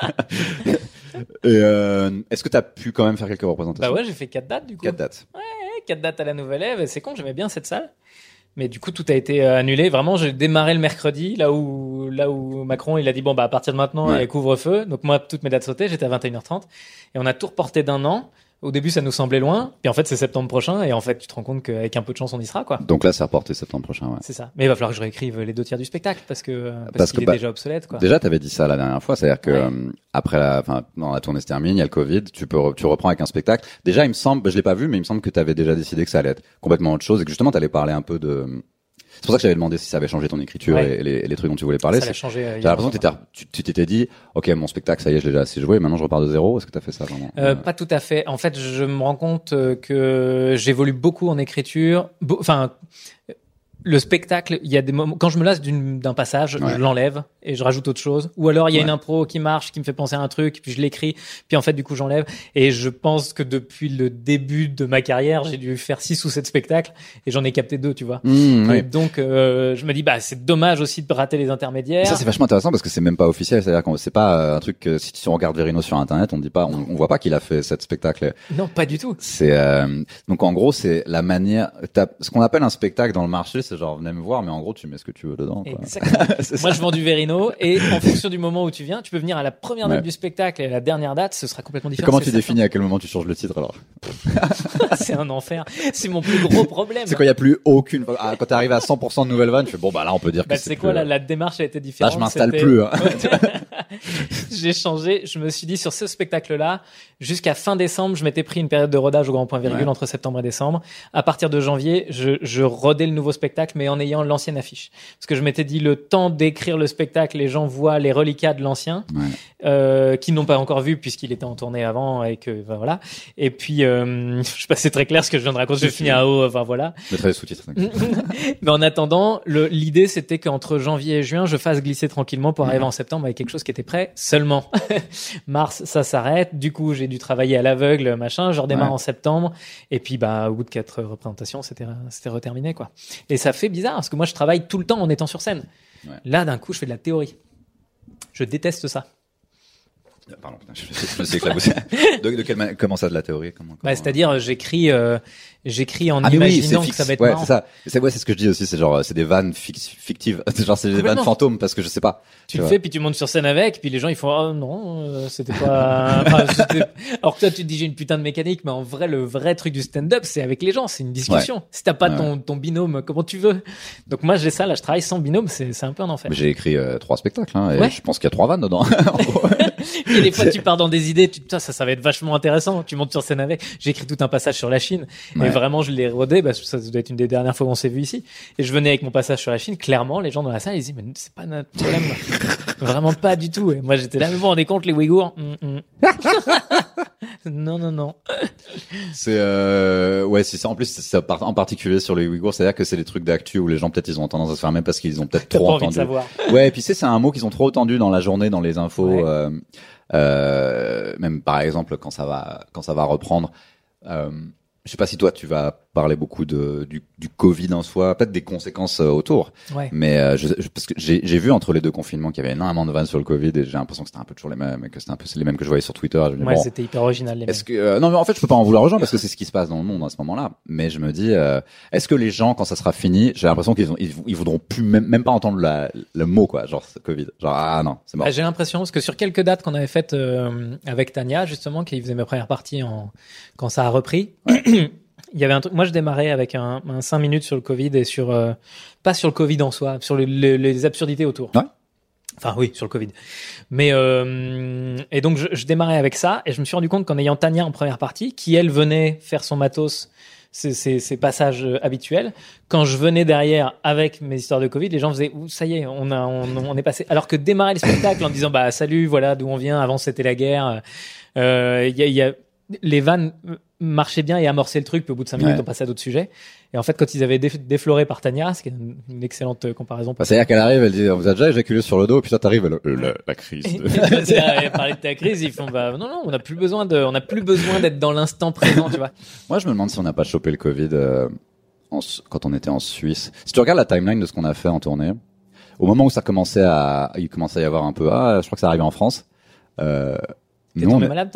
Et est-ce que t'as pu quand même faire quelques représentations? Bah ouais, j'ai fait 4 dates du coup. 4 dates. Ouais, 4 dates à la Nouvelle Ève. C'est con, j'aimais bien cette salle. Mais du coup, tout a été annulé. Vraiment, j'ai démarré le mercredi, là où Macron, il a dit, bon, bah, à partir de maintenant, il y a couvre-feu. Donc moi, toutes mes dates sautaient, j'étais à 21h30. Et on a tout reporté d'un an. Au début, ça nous semblait loin. Puis en fait, c'est septembre prochain. Et en fait, tu te rends compte qu'avec un peu de chance, on y sera, quoi. Donc là, c'est reporté septembre prochain, ouais. C'est ça. Mais il va falloir que je réécrive les 2 tiers du spectacle parce qu'il est déjà obsolète, quoi. Déjà, t'avais dit ça la dernière fois. C'est-à-dire que, après la tournée se termine, il y a le Covid, tu reprends avec un spectacle. Déjà, il me semble, je l'ai pas vu, mais il me semble que t'avais déjà décidé que ça allait être complètement autre chose et que justement, t'allais parler un peu de. C'est pour ça que j'avais demandé si ça avait changé ton écriture et les trucs dont tu voulais parler. Ça a changé. J'ai l'impression que tu t'étais dit, ok, mon spectacle, ça y est, je l'ai déjà assez joué, maintenant je repars de zéro. Est-ce que t'as fait ça vraiment? Pas tout à fait. En fait, je me rends compte que j'évolue beaucoup en écriture. Le spectacle, il y a des moments quand je me lasse d'un passage, je l'enlève et je rajoute autre chose. Ou alors il y a une impro qui marche, qui me fait penser à un truc, puis je l'écris, puis en fait du coup j'enlève. Et je pense que depuis le début de ma carrière, j'ai dû faire 6 ou 7 spectacles et j'en ai capté 2, tu vois. Donc je me dis c'est dommage aussi de rater les intermédiaires. Ça c'est vachement intéressant parce que c'est même pas officiel, c'est-à-dire qu'on c'est pas un truc que si on regarde Verino sur internet, on dit pas, on voit pas qu'il a fait 7 spectacles. Non, pas du tout. C'est donc en gros c'est la manière, ce qu'on appelle un spectacle dans le marché. C'est genre, venez me voir, mais en gros, tu mets ce que tu veux dedans, quoi. Exactement. Moi, je vends du Verino, et en fonction du moment où tu viens, tu peux venir à la première date du spectacle et à la dernière date, ce sera complètement différent. Et comment tu définis à quel moment tu changes le titre, alors? C'est un enfer. C'est mon plus gros problème. C'est quand il y a plus aucune, quand t'es arrivé à 100% de nouvelles vannes, tu fais, bon, bah là, on peut dire que c'est quoi, la démarche a été différente. Là, je m'installe plus, hein. J'ai changé. Je me suis dit, sur ce spectacle-là, jusqu'à fin décembre, je m'étais pris une période de rodage au grand point virgule entre septembre et décembre. À partir de janvier, je rodais le nouveau spectacle, mais en ayant l'ancienne affiche. Parce que je m'étais dit, le temps d'écrire le spectacle, les gens voient les reliquats de l'ancien, qu'ils n'ont pas encore vu puisqu'il était en tournée avant et que, voilà. Et puis, je sais pas, c'est très clair ce que je viens de raconter. Je finis à haut, voilà. Je mettrai les sous-titres. Mais en attendant, l'idée, c'était qu'entre janvier et juin, je fasse glisser tranquillement pour arriver en septembre avec quelque chose qui était prêt seulement. Mars, ça s'arrête. Du coup, j'ai dû travailler à l'aveugle, machin. Je redémarre en septembre. Et puis, au bout de 4 représentations, c'était reterminé, quoi. Et ça fait bizarre parce que moi, je travaille tout le temps en étant sur scène. Là, d'un coup, je fais de la théorie. Je déteste ça. Pardon, je me suis éclaboussé. Comment ça, de la théorie? C'est-à-dire, j'écris en imaginant que ça va être marrant. C'est ça. C'est ce que je dis aussi. C'est genre, c'est des vannes fictives. Genre, c'est des vannes fantômes parce que je sais pas. Tu le fais, puis tu montes sur scène avec, puis les gens, ils font, oh non, c'était pas, alors que toi, tu te dis, j'ai une putain de mécanique, mais en vrai, le vrai truc du stand-up, c'est avec les gens, c'est une discussion. Si t'as pas ton binôme, comment tu veux? Donc moi, j'ai ça, là, je travaille sans binôme, c'est un peu un enfer. Mais j'ai écrit 3 spectacles, hein, et je pense qu'il y a 3 vannes dedans. Et des fois, tu pars dans des idées, putain, ça va être vachement intéressant. Tu montes sur scène avec. J'ai écrit tout un passage sur la Chine. Et vraiment, je l'ai rodé, ça doit être une des dernières fois où on s'est vu ici. Et je venais avec mon passage sur la Chine. Clairement, les gens dans la salle, ils disaient, mais c'est pas notre problème. Vraiment pas du tout. Et moi, j'étais là, mais bon, on est contre les Ouïghours. Non. C'est c'est ça. En plus, c'est en particulier sur les Ouïghours, c'est-à-dire que c'est des trucs d'actu où les gens peut-être ils ont tendance à se fermer parce qu'ils ont peut-être trop entendu. Ouais, et puis c'est un mot qu'ils ont trop entendu dans la journée, dans les infos. Même par exemple quand ça va reprendre. Je sais pas si toi tu vas parler beaucoup du Covid en soi, peut-être des conséquences autour. Mais parce que j'ai vu entre les 2 confinements qu'il y avait énormément de vannes sur le Covid et j'ai l'impression que c'était un peu toujours les mêmes, et que c'était un peu les mêmes que je voyais sur Twitter. C'était hyper original les mêmes. Est-ce que non mais en fait je peux pas en vouloir aux gens parce que c'est ce qui se passe dans le monde à ce moment-là. Mais je me dis est-ce que les gens quand ça sera fini, j'ai l'impression qu'ils voudront plus même pas entendre le mot quoi, genre Covid. Genre non, c'est mort. J'ai l'impression parce que sur quelques dates qu'on avait faites avec Tania justement qui faisait mes premières parties quand ça a repris. Il y avait un truc, moi je démarrais avec un 5 minutes sur le Covid et sur pas sur le Covid en soi, sur les absurdités autour. Enfin oui, sur le Covid. Mais et donc je démarrais avec ça et je me suis rendu compte qu'en ayant Tania en première partie, qui elle venait faire son matos, ses passages habituels, quand je venais derrière avec mes histoires de Covid, les gens faisaient ça y est, on est passé. Alors que démarrer le spectacle en disant salut, voilà d'où on vient, avant c'était la guerre, il y a les vannes marchaient bien et amorçaient le truc, puis au bout de 5 minutes, on passait à d'autres sujets. Et en fait, quand ils avaient défloré par Tania, ce qui est une excellente comparaison. C'est-à-dire qu'elle arrive, elle dit, on vous a déjà éjaculé sur le dos, puis toi t'arrives, la crise. Elle parlait de ta crise, ils font, non, on n'a plus besoin d'être dans l'instant présent, tu vois. Moi, je me demande si on n'a pas chopé le Covid, quand on était en Suisse. Si tu regardes la timeline de ce qu'on a fait en tournée, au moment où il commençait à y avoir un peu, je crois que ça arrivait en France, T'es tombé malade, toi?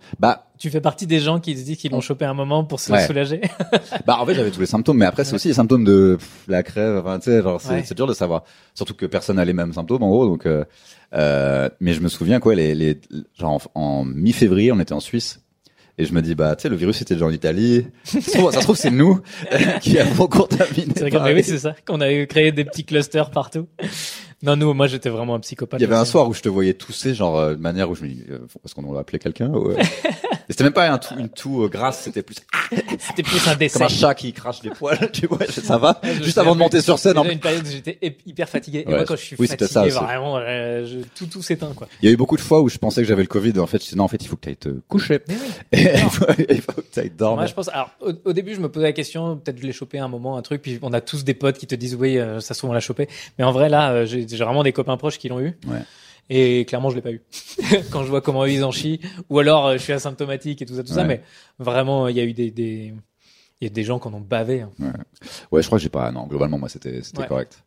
Bah, Tu fais partie des gens qui se disent qu'ils l'ont chopé un moment pour se soulager. Bah, en fait, j'avais tous les symptômes, mais après, c'est aussi les symptômes de la crève. Enfin, tu sais, genre, c'est dur de savoir. Surtout que personne n'a les mêmes symptômes, en gros. Donc, mais je me souviens, quoi, genre, en mi-février, on était en Suisse. Et je me dis, bah, tu sais, le virus était déjà en Italie. Ça se trouve, c'est nous qui avons contaminé. C'est vrai mais oui, c'est ça. Qu'on avait créé des petits clusters partout. Non, moi, j'étais vraiment un psychopathe. Il y avait un soir où je te voyais tousser, genre, de manière où je me dis, est-ce qu'on va appeler quelqu'un? Ouais. Et c'était même pas une toux grasse, c'était plus un décès. comme un chat qui crache des poils, tu vois, ça va. Juste avant de monter sur scène. Déjà une période où j'étais hyper fatigué. Et moi, quand je suis fatigué, ça, vraiment, tout s'éteint, quoi. Il y a eu beaucoup de fois où je pensais que j'avais le Covid. En fait, je disais, non, en fait, il faut que tu ailles te coucher. Mais oui. Il faut que tu ailles dormir. Moi, je pense, alors, au début, je me posais la question, peut-être je l'ai chopé à un moment, un truc, puis on a tous des potes qui te disent, oui, ça se trouve, on l'a chopé. Mais en vrai, là, j'ai vraiment des copains proches qui l'ont eu. Ouais. Et clairement, je l'ai pas eu. Quand je vois comment ils en chient. Ou alors, je suis asymptomatique et tout ça. Mais vraiment, il y a eu il y a des gens qui en ont bavé. Hein. Ouais, je crois que j'ai pas, non, globalement, moi, c'était correct.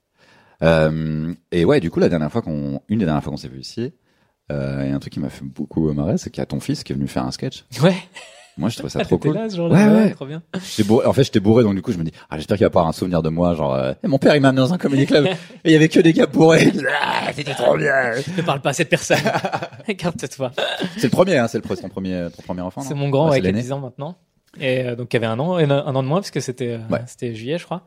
Et ouais, du coup, une des dernières fois qu'on s'est vu ici, il y a un truc qui m'a fait beaucoup marrer, c'est qu'il y a ton fils qui est venu faire un sketch. Ouais. Moi, je trouvais ça trop cool. Là, ce jour-là, ouais, trop bien. J'étais bourré, donc du coup, je me dis, j'espère qu'il va pas avoir un souvenir de moi, genre, mon père, il m'a amené dans un comedy club, et il y avait que des gars bourrés. C'était trop bien. Ne parle pas à cette personne. Écarte-toi. C'est le premier, hein, c'est ton premier enfant, non? C'est mon grand, ouais, qui a 10 ans maintenant. Et, donc, qui avait un an de moins, parce que c'était juillet, je crois.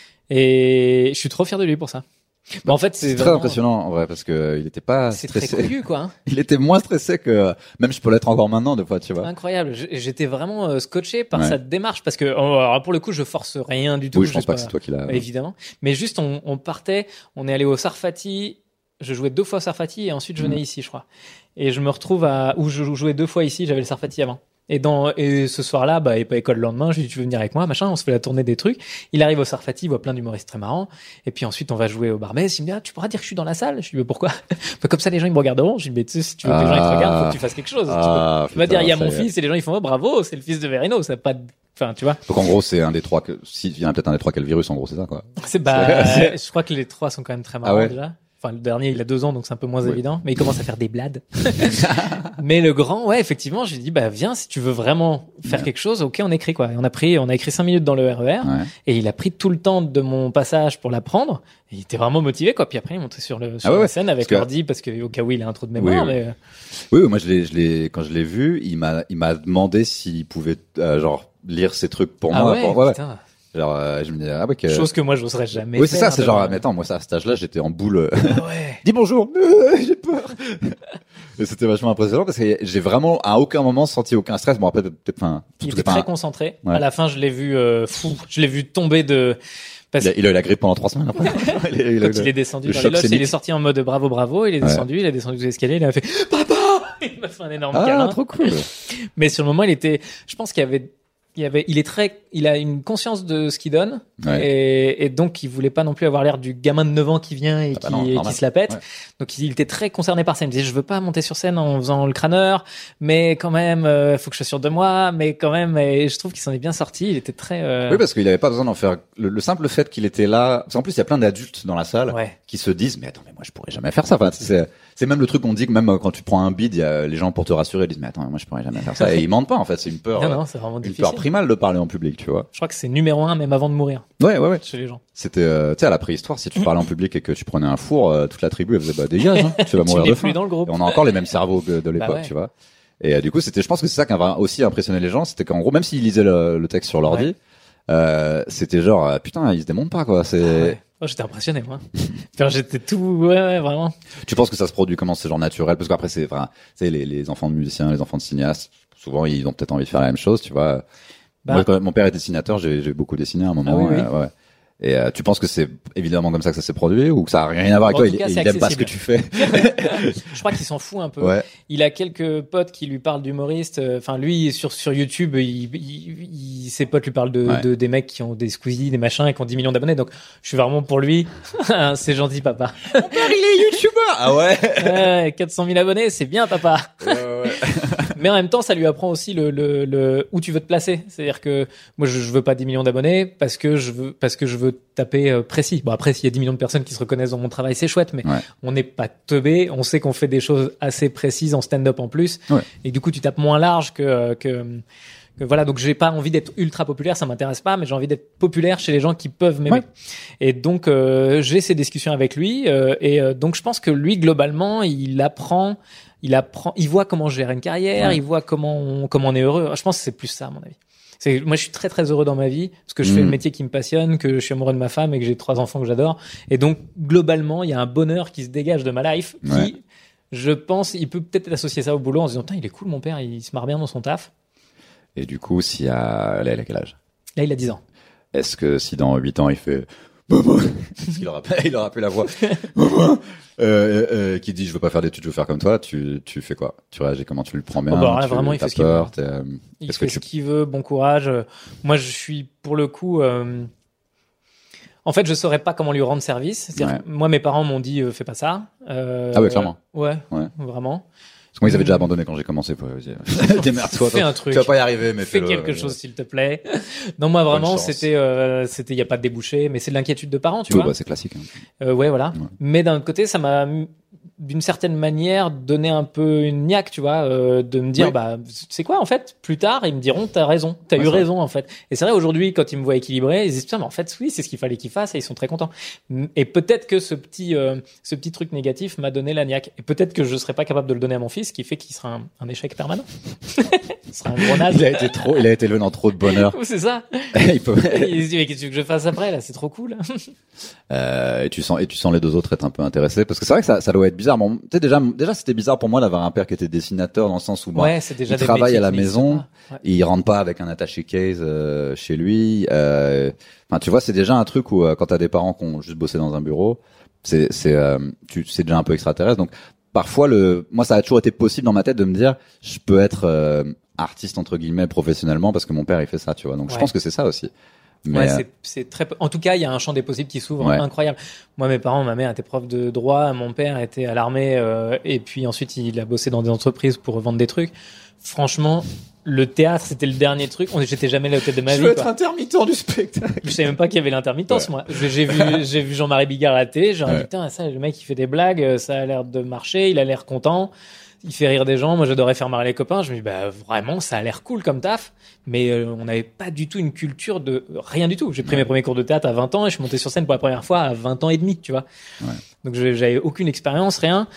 Et je suis trop fier de lui pour ça. Bah, en fait, c'est très vraiment impressionnant, en vrai, parce que il était pas stressé. C'est très couillu, quoi. Hein. Il était moins stressé que, même je peux l'être encore maintenant, des fois, tu vois. Incroyable. J'étais vraiment scotché par sa démarche, parce que, alors, pour le coup, je force rien du tout. Oui, je pense pas que c'est toi qui l'as. Évidemment. Mais juste, on partait, on est allé au Sarfati. Je jouais 2 fois au Sarfati et ensuite je venais ici, je crois. Et je me retrouve où je jouais 2 fois ici, j'avais le Sarfati avant. Et ce soir-là, il n'y a pas école le lendemain, je lui dis, tu veux venir avec moi, machin, on se fait la tournée des trucs. Il arrive au Sarfati, il voit plein d'humoristes très marrants. Et puis ensuite, on va jouer au Barbès. Il me dit, tu pourras dire que je suis dans la salle. Je lui dis, mais pourquoi? Comme ça, les gens, ils me regarderont. Je lui dis, mais tu sais, si tu veux que les gens, ils te regardent, faut que tu fasses quelque chose. Tu vas dire, il y a mon fils, et les gens, ils font, oh, bravo, c'est le fils de Verino, ça pas enfin, tu vois. Donc, en gros, c'est un des 3 il y en a peut-être un des 3 qui a le virus, en gros, c'est ça, quoi. Je crois que les 3 sont quand même très marrants, déjà. Enfin, le dernier, il a 2 ans, donc c'est un peu moins évident. Mais il commence à faire des blades. Mais le grand, effectivement, j'ai dit, viens, si tu veux vraiment faire quelque chose, ok, on écrit, quoi. Et on a écrit 5 minutes dans le RER. Et il a pris tout le temps de mon passage pour l'apprendre. Et il était vraiment motivé, quoi. Puis après, il est monté sur la scène avec l'ordi parce que, au cas où il a un trou de mémoire, mais... Oui, moi, quand je l'ai vu, il m'a demandé s'il pouvait, genre, lire ces trucs pour moi. Putain. Genre, je me disais, chose que moi, j'oserais jamais. Oui, c'est ça, c'est genre, mais attends, moi, à cet âge-là, j'étais en boule. Dis bonjour. J'ai peur. Et c'était vachement impressionnant parce que j'ai vraiment, à aucun moment, senti aucun stress. Bon, après, il était très concentré. À la fin, je l'ai vu, fou. Je l'ai vu tomber de, il a eu la grippe pendant 3 semaines après. Quand il est descendu dans les loges, il est sorti en mode bravo, il a descendu les escaliers, il a fait, papa! Il m'a fait un énorme câlin. Trop cool. Mais sur le moment, je pense qu'il a une conscience de ce qu'il donne et donc il voulait pas non plus avoir l'air du gamin de 9 ans qui vient et qui se la pète. Donc il était très concerné par ça. Il me disait, je veux pas monter sur scène en faisant le crâneur, mais quand même faut que je sois sûr de moi, mais quand même, et je trouve qu'il s'en est bien sorti. Il était très Oui, parce qu'il avait pas besoin d'en faire le simple fait qu'il était là. Parce qu'en plus il y a plein d'adultes dans la salle qui se disent, mais attends, mais moi je pourrais jamais faire ça. Enfin, c'est même le truc qu'on dit que même quand tu prends un bid, il y a les gens pour te rassurer disent, mais attends, moi je pourrais jamais faire ça. Et ils mentent pas, en fait, c'est une peur. Non, c'est vraiment difficile. Une peur primale de parler en public, tu vois. Je crois que c'est numéro 1 même avant de mourir. Ouais. Chez les gens. C'était, tu sais, à la préhistoire, si tu parlais en public et que tu prenais un four, toute la tribu elle faisait, dégage, hein, tu vas mourir de faim. Dans le groupe. Et on a encore les mêmes cerveaux de l'époque, tu vois. Et du coup, je pense que c'est ça qui a aussi impressionné les gens, c'était qu'en gros, même s'ils lisaient le texte sur l'ordi, c'était genre, putain, ils se démontent pas, quoi. J'étais impressionné, moi. Enfin, j'étais tout, vraiment. Tu penses que ça se produit comment? C'est genre naturel? Parce qu'après, c'est les enfants de musiciens, les enfants de cinéastes, souvent, ils ont peut-être envie de faire la même chose, tu vois. Moi, quand mon père était dessinateur, j'ai beaucoup dessiné à un moment. Ouais. Et tu penses que c'est évidemment comme ça que ça s'est produit ou que ça a rien à voir avec toi? Il aime pas ce que tu fais. Je crois qu'il s'en fout un peu. Il a quelques potes qui lui parlent d'humoristes. Enfin, lui sur YouTube, ses potes lui parlent des mecs qui ont des Squeezie, des machins et qui ont 10 millions d'abonnés. Donc, je suis vraiment pour lui. C'est gentil, papa. Mon père, il est youtubeur. Ah ouais. 400 000 abonnés, c'est bien, papa. Mais en même temps, ça lui apprend aussi le où tu veux te placer. C'est-à-dire que moi, je veux pas 10 millions d'abonnés parce que je veux taper précis. Bon, après, s'il y a 10 millions de personnes qui se reconnaissent dans mon travail, c'est chouette, mais on n'est pas teubé. On sait qu'on fait des choses assez précises en stand-up en plus. Ouais. Et du coup, tu tapes moins large que voilà, donc j'ai pas envie d'être ultra populaire, ça m'intéresse pas, mais j'ai envie d'être populaire chez les gens qui peuvent m'aimer. Ouais. Et donc j'ai ces discussions avec lui donc je pense que lui globalement, il voit comment gérer une carrière, il voit comment on est heureux. Je pense que c'est plus ça à mon avis. Moi je suis très très heureux dans ma vie parce que je fais le métier qui me passionne, que je suis amoureux de ma femme et que j'ai 3 enfants que j'adore. Et donc globalement, il y a un bonheur qui se dégage de ma life qui, je pense, il peut peut-être associer ça au boulot en se disant putain, il est cool mon père, il se marre bien dans son taf. Et du coup, là, il a quel âge? Là, il a 10 ans. Est-ce que si dans 8 ans, il fait parce qu'il aura plus la voix qui dit je veux pas faire d'études, je veux faire comme toi, tu fais quoi? Tu réagis comment? Tu le prends bien? Là, vraiment, il fait ce qu'il veut. Il fait ce qu'il veut, bon courage. Moi, je suis, pour le coup... En fait, je saurais pas comment lui rendre service. C'est-à-dire, moi, mes parents m'ont dit fais pas ça. Ah ouais, clairement. Ouais, vraiment. Parce que moi, ils avaient déjà abandonné quand j'ai commencé. Démerde-toi. Fais un truc. Tu vas pas y arriver, mais fais quelque chose, s'il te plaît. Non, moi, vraiment, il y a pas de débouché, mais c'est de l'inquiétude de parents, tu vois. Bah, c'est classique. Ouais, voilà. Ouais. Mais d'un autre côté, ça m'a, d'une certaine manière, donné un peu une niaque, tu vois, de me dire, c'est quoi, en fait, plus tard, ils me diront, t'as raison, t'as eu raison, en fait. Et c'est vrai, aujourd'hui, quand ils me voient équilibré, ils disent, putain, mais en fait, oui, c'est ce qu'il fallait qu'ils fassent et ils sont très contents. Et peut-être que ce petit truc négatif m'a donné la niaque. Et peut-être que je serais pas capable de le donner à mon fils, ce qui fait qu'il sera un échec permanent. Il sera un gros naze. Il a été élevé dans trop de bonheur. C'est ça. Il se dit, mais qu'est-ce que je fasse après, là? C'est trop cool. Et tu sens les 2 autres être un peu intéressés parce que c'est vrai que ça doit être bizarre. Bon, tu sais, déjà c'était bizarre pour moi d'avoir un père qui était dessinateur dans le sens où il travaille à la maison, il rentre pas avec un attaché case chez lui. Enfin, tu vois, c'est déjà un truc où quand t'as des parents qui ont juste bossé dans un bureau, c'est déjà un peu extraterrestre. Donc parfois moi ça a toujours été possible dans ma tête de me dire je peux être artiste entre guillemets professionnellement parce que mon père il fait ça, tu vois. Donc je pense que c'est ça aussi. Mais c'est très. En tout cas, il y a un champ des possibles qui s'ouvre incroyable. Moi, mes parents, ma mère était prof de droit, mon père était à l'armée, et puis ensuite il a bossé dans des entreprises pour vendre des trucs. Franchement, le théâtre, c'était le dernier truc. J'étais jamais allé au théâtre de ma vie. Je veux être intermittent du spectacle. Je savais même pas qu'il y avait l'intermittence, moi. J'ai vu Jean-Marie Bigard à la télé. J'ai dit, putain, ça, le mec, il fait des blagues, ça a l'air de marcher, il a l'air content. Il fait rire des gens. Moi, j'adorais faire marrer les copains. Je me dis, vraiment, ça a l'air cool comme taf. Mais on n'avait pas du tout une culture de rien du tout. J'ai pris mes premiers cours de théâtre à 20 ans et je suis monté sur scène pour la première fois à 20 ans et demi, tu vois. Ouais. Donc, j'avais aucune expérience, rien.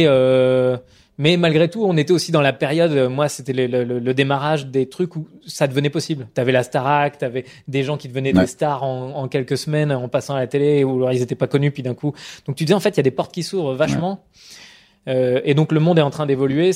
Mais malgré tout, on était aussi dans la période, moi, c'était le démarrage des trucs où ça devenait possible. T'avais la Starac, t'avais des gens qui devenaient des stars en quelques semaines en passant à la télé ou alors ils étaient pas connus puis d'un coup. Donc, tu disais, en fait, il y a des portes qui s'ouvrent vachement. Ouais. Et donc le monde est en train d'évoluer.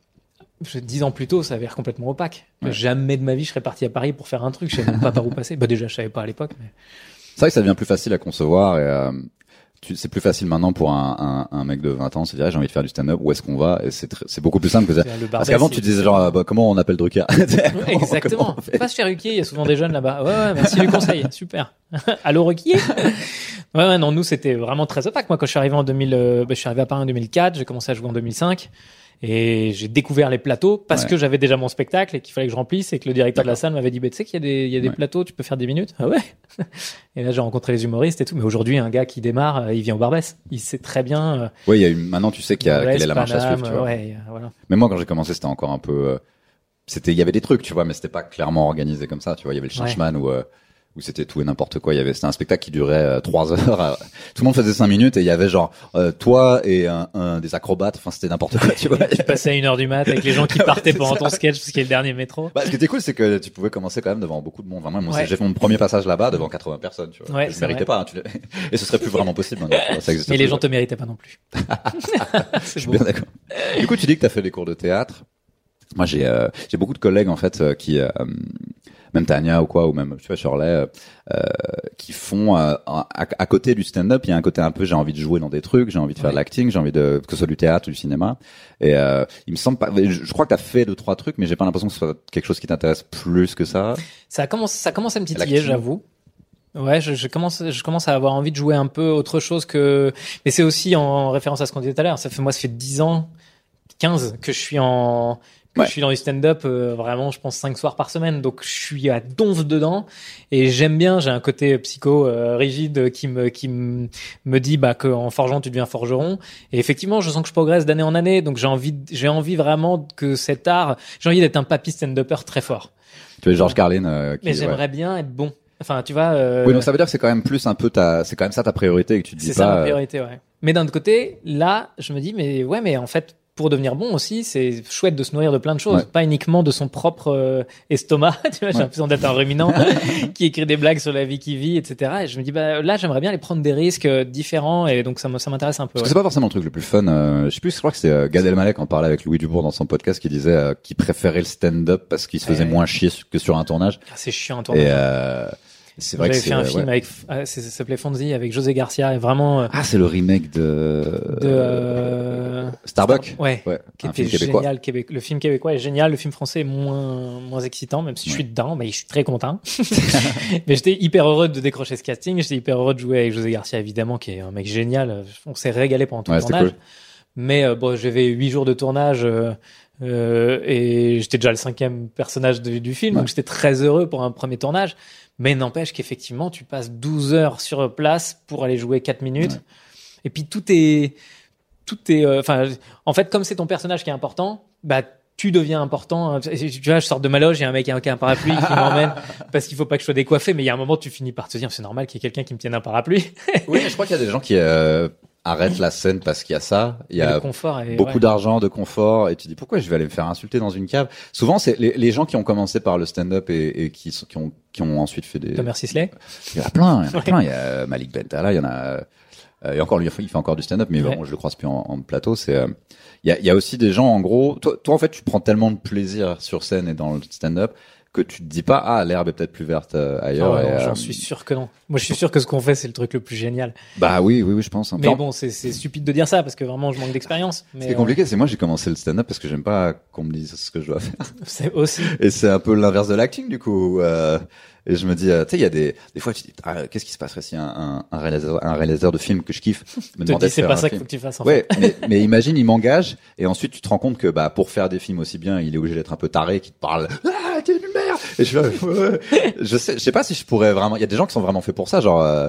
10 ans plus tôt, ça avait l'air complètement opaque. Ouais. Jamais de ma vie je serais parti à Paris pour faire un truc. Je savais même pas par où passer. Déjà je savais pas à l'époque. Mais... C'est vrai que ça devient plus facile à concevoir et c'est plus facile maintenant pour un mec de 20 ans de se dire j'ai envie de faire du stand-up, où est-ce qu'on va? Et c'est beaucoup plus simple que ça. Parce qu'avant tu disais genre comment on appelle Drucker? Exactement. Pas se faire Ruquier, il y a souvent des jeunes là-bas. Ouais, merci du conseil, super. Allô Ruquier? Ouais, non, nous c'était vraiment très opaque. Moi quand je suis arrivé je suis arrivé à Paris en 2004, j'ai commencé à jouer en 2005. Et j'ai découvert les plateaux parce que j'avais déjà mon spectacle et qu'il fallait que je remplisse et que le directeur de la salle m'avait dit, tu sais qu'il y a des plateaux, tu peux faire 10 minutes. Ah ouais. Et là, j'ai rencontré les humoristes et tout. Mais aujourd'hui, un gars qui démarre, il vient au Barbès. Il sait très bien. Oui, maintenant, tu sais quelle est la marche à suivre, tu vois. Ouais, voilà. Mais moi, quand j'ai commencé, c'était encore un peu, il y avait des trucs, tu vois, mais c'était pas clairement organisé comme ça, tu vois. Il y avait le Changeman où c'était tout et n'importe quoi. C'était un spectacle qui durait 3 heures. Tout le monde faisait 5 minutes et il y avait genre toi et des acrobates. Enfin, c'était n'importe quoi, tu vois. Tu passais à 1h du mat avec les gens qui partaient pendant ton sketch parce qu'il y a le dernier métro. Ce qui était cool, c'est que tu pouvais commencer quand même devant beaucoup de monde. Vraiment, j'ai fait mon premier passage là-bas devant 80 personnes, tu vois. Ouais, je méritais pas, et ce serait plus vraiment possible. Mais les gens te méritaient pas non plus. Je suis bien d'accord. Du coup, tu dis que t'as fait des cours de théâtre. Moi, j'ai beaucoup de collègues en fait qui même Tania ou quoi, ou même tu vois Shirley, qui font à côté du stand-up, il y a un côté un peu j'ai envie de jouer dans des trucs, j'ai envie de faire de l'acting, j'ai envie que ce soit du théâtre ou du cinéma. Et il me semble pas, je crois que t'as fait 2-3 trucs, mais j'ai pas l'impression que ce soit quelque chose qui t'intéresse plus que ça. Ça commence à me titiller, j'avoue. Ouais, je commence à avoir envie de jouer un peu autre chose que, mais c'est aussi en référence à ce qu'on disait tout à l'heure. Ça fait 10 ans 15 que je suis je suis dans du stand-up vraiment, je pense 5 soirs par semaine, donc je suis à donf dedans et j'aime bien. J'ai un côté psycho rigide qui me dit qu'en forgeant tu deviens forgeron. Et effectivement, je sens que je progresse d'année en année, donc j'ai envie vraiment que cet art, j'ai envie d'être un papy stand-upper très fort. Tu es George Carlin. Mais j'aimerais bien être bon. Enfin, tu vois. Oui, donc ça veut dire que c'est quand même plus un peu c'est quand même ça ta priorité et que tu te dis pas. C'est ça ma priorité, ouais. Mais d'un autre côté, là, je me dis, mais en fait, pour devenir bon aussi, c'est chouette de se nourrir de plein de choses, pas uniquement de son propre estomac. Tu vois, j'ai l'impression d'être un ruminant qui écrit des blagues sur la vie qui vit, etc. Et je me dis, là, j'aimerais bien aller prendre des risques différents, et donc ça m'intéresse un peu. Parce que c'est pas forcément le truc le plus fun. Je sais plus, je crois que c'est Gad Elmaleh en parlait avec Louis Dubourg dans son podcast, qui disait qu'il préférait le stand-up parce qu'il se faisait moins chier que sur un tournage. C'est chiant un tournage. Et c'est vrai que j'avais fait un film avec, ça s'appelait Fonzie, avec José Garcia, et vraiment. C'est le remake de Starbuck. Ouais. Qui était génial. Le film québécois est génial. Le film français est moins excitant, même si je suis dedans, mais je suis très content. Mais j'étais hyper heureux de décrocher ce casting. J'étais hyper heureux de jouer avec José Garcia, évidemment, qui est un mec génial. On s'est régalé pendant tout le tournage. Cool. Mais j'avais 8 jours de tournage. Et j'étais déjà le 5e personnage du film, donc j'étais très heureux pour un premier tournage. Mais n'empêche qu'effectivement, tu passes 12 heures sur place pour aller jouer 4 minutes. Et puis tout est, en fait, comme c'est ton personnage qui est important, tu deviens important. Tu vois, je sors de ma loge, il y a un mec qui a un parapluie qui m'emmène parce qu'il faut pas que je sois décoiffé, mais il y a un moment, tu finis par te dire, c'est normal qu'il y ait quelqu'un qui me tienne un parapluie. Oui, mais je crois qu'il y a des gens qui arrêtent la scène parce qu'il y a ça. Il y a beaucoup d'argent, de confort, et tu dis pourquoi je vais aller me faire insulter dans une cave. Souvent, c'est les gens qui ont commencé par le stand-up et qui ont ensuite fait des. Thomas Sisley. Il y en a plein. Il y a Malik Bentala, il y en a. Et encore lui, il fait encore du stand-up, mais bon, je le croise plus en plateau. Il y a aussi des gens, en gros. Toi, en fait, tu prends tellement de plaisir sur scène et dans le stand-up que tu te dis pas l'herbe est peut-être plus verte ailleurs. J'en suis sûr que non. Moi, je suis sûr que ce qu'on fait, c'est le truc le plus génial. Oui, je pense. Mais bon, c'est stupide de dire ça parce que vraiment, je manque d'expérience. Ce qui est compliqué, c'est moi, j'ai commencé le stand-up parce que j'aime pas qu'on me dise ce que je dois faire. C'est aussi. Et c'est un peu l'inverse de l'acting, du coup. Et je me dis, tu sais, il y a des fois, tu te dis, qu'est-ce qui se passerait si un réalisateur de film que je kiffe me demandait de faire c'est pas ça qu'il faut que tu fasses, en fait. mais imagine, il m'engage, et ensuite, tu te rends compte que, pour faire des films aussi bien, il est obligé d'être un peu taré, qui te parle, t'es une merde! Et je sais pas si je pourrais vraiment, il y a des gens qui sont vraiment faits pour ça, genre,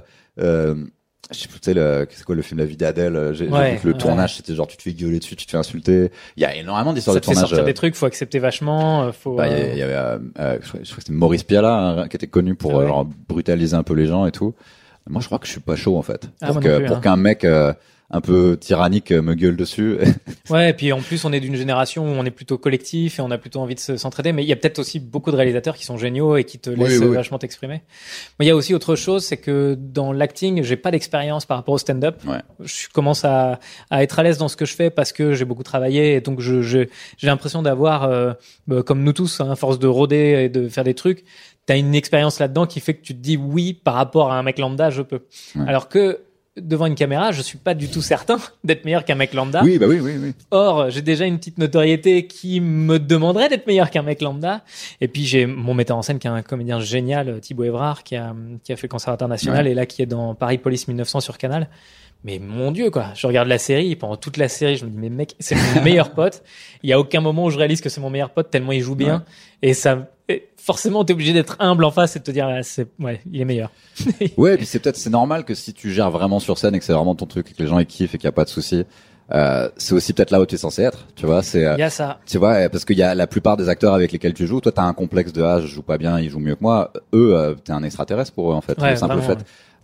je sais plus, tu sais, c'est quoi le film La vie d'Adèle? J'ai vu que le tournage, c'était genre, tu te fais gueuler dessus, tu te fais insulter. Il y a énormément d'histoires de tournage. Ça te fait sortir des trucs, faut accepter vachement, faut. Il y avait, je crois que c'était Maurice Pialat, qui était connu pour genre brutaliser un peu les gens et tout. Moi, je crois que je suis pas chaud en fait, pour qu'un mec un peu tyrannique me gueule dessus. Ouais, et puis en plus on est d'une génération où on est plutôt collectif et on a plutôt envie de s'entraider, mais il y a peut-être aussi beaucoup de réalisateurs qui sont géniaux et qui te laissent vachement t'exprimer. Mais il y a aussi autre chose, c'est que dans l'acting, j'ai pas d'expérience par rapport au stand-up. Je commence à être à l'aise dans ce que je fais parce que j'ai beaucoup travaillé, et donc j'ai l'impression d'avoir, comme nous tous, force de rôder et de faire des trucs. T'as une expérience là-dedans qui fait que tu te dis oui, par rapport à un mec lambda, je peux. Alors que devant une caméra, je suis pas du tout certain d'être meilleur qu'un mec lambda. Oui. Or, j'ai déjà une petite notoriété qui me demanderait d'être meilleur qu'un mec lambda. Et puis, j'ai mon metteur en scène qui est un comédien génial, Thibaut Évrard, qui a fait le Conservatoire National et là, qui est dans Paris Police 1900 sur Canal. Mais mon Dieu, quoi. Je regarde la série et pendant toute la série, je me dis, mais mec, c'est mon meilleur pote. Il y a aucun moment où je réalise que c'est mon meilleur pote tellement il joue bien. Et ça, forcément, t'es obligé d'être humble en face et de te dire, il est meilleur. Et puis c'est normal que si tu gères vraiment sur scène et que c'est vraiment ton truc et que les gens ils kiffent et qu'il y a pas de souci, c'est aussi peut-être là où tu es censé être, tu vois. Il y a ça. Tu vois, parce qu'il y a la plupart des acteurs avec lesquels tu joues, toi t'as un complexe de je joue pas bien, ils jouent mieux que moi. Eux, t'es un extraterrestre pour eux en fait. Le simple fait.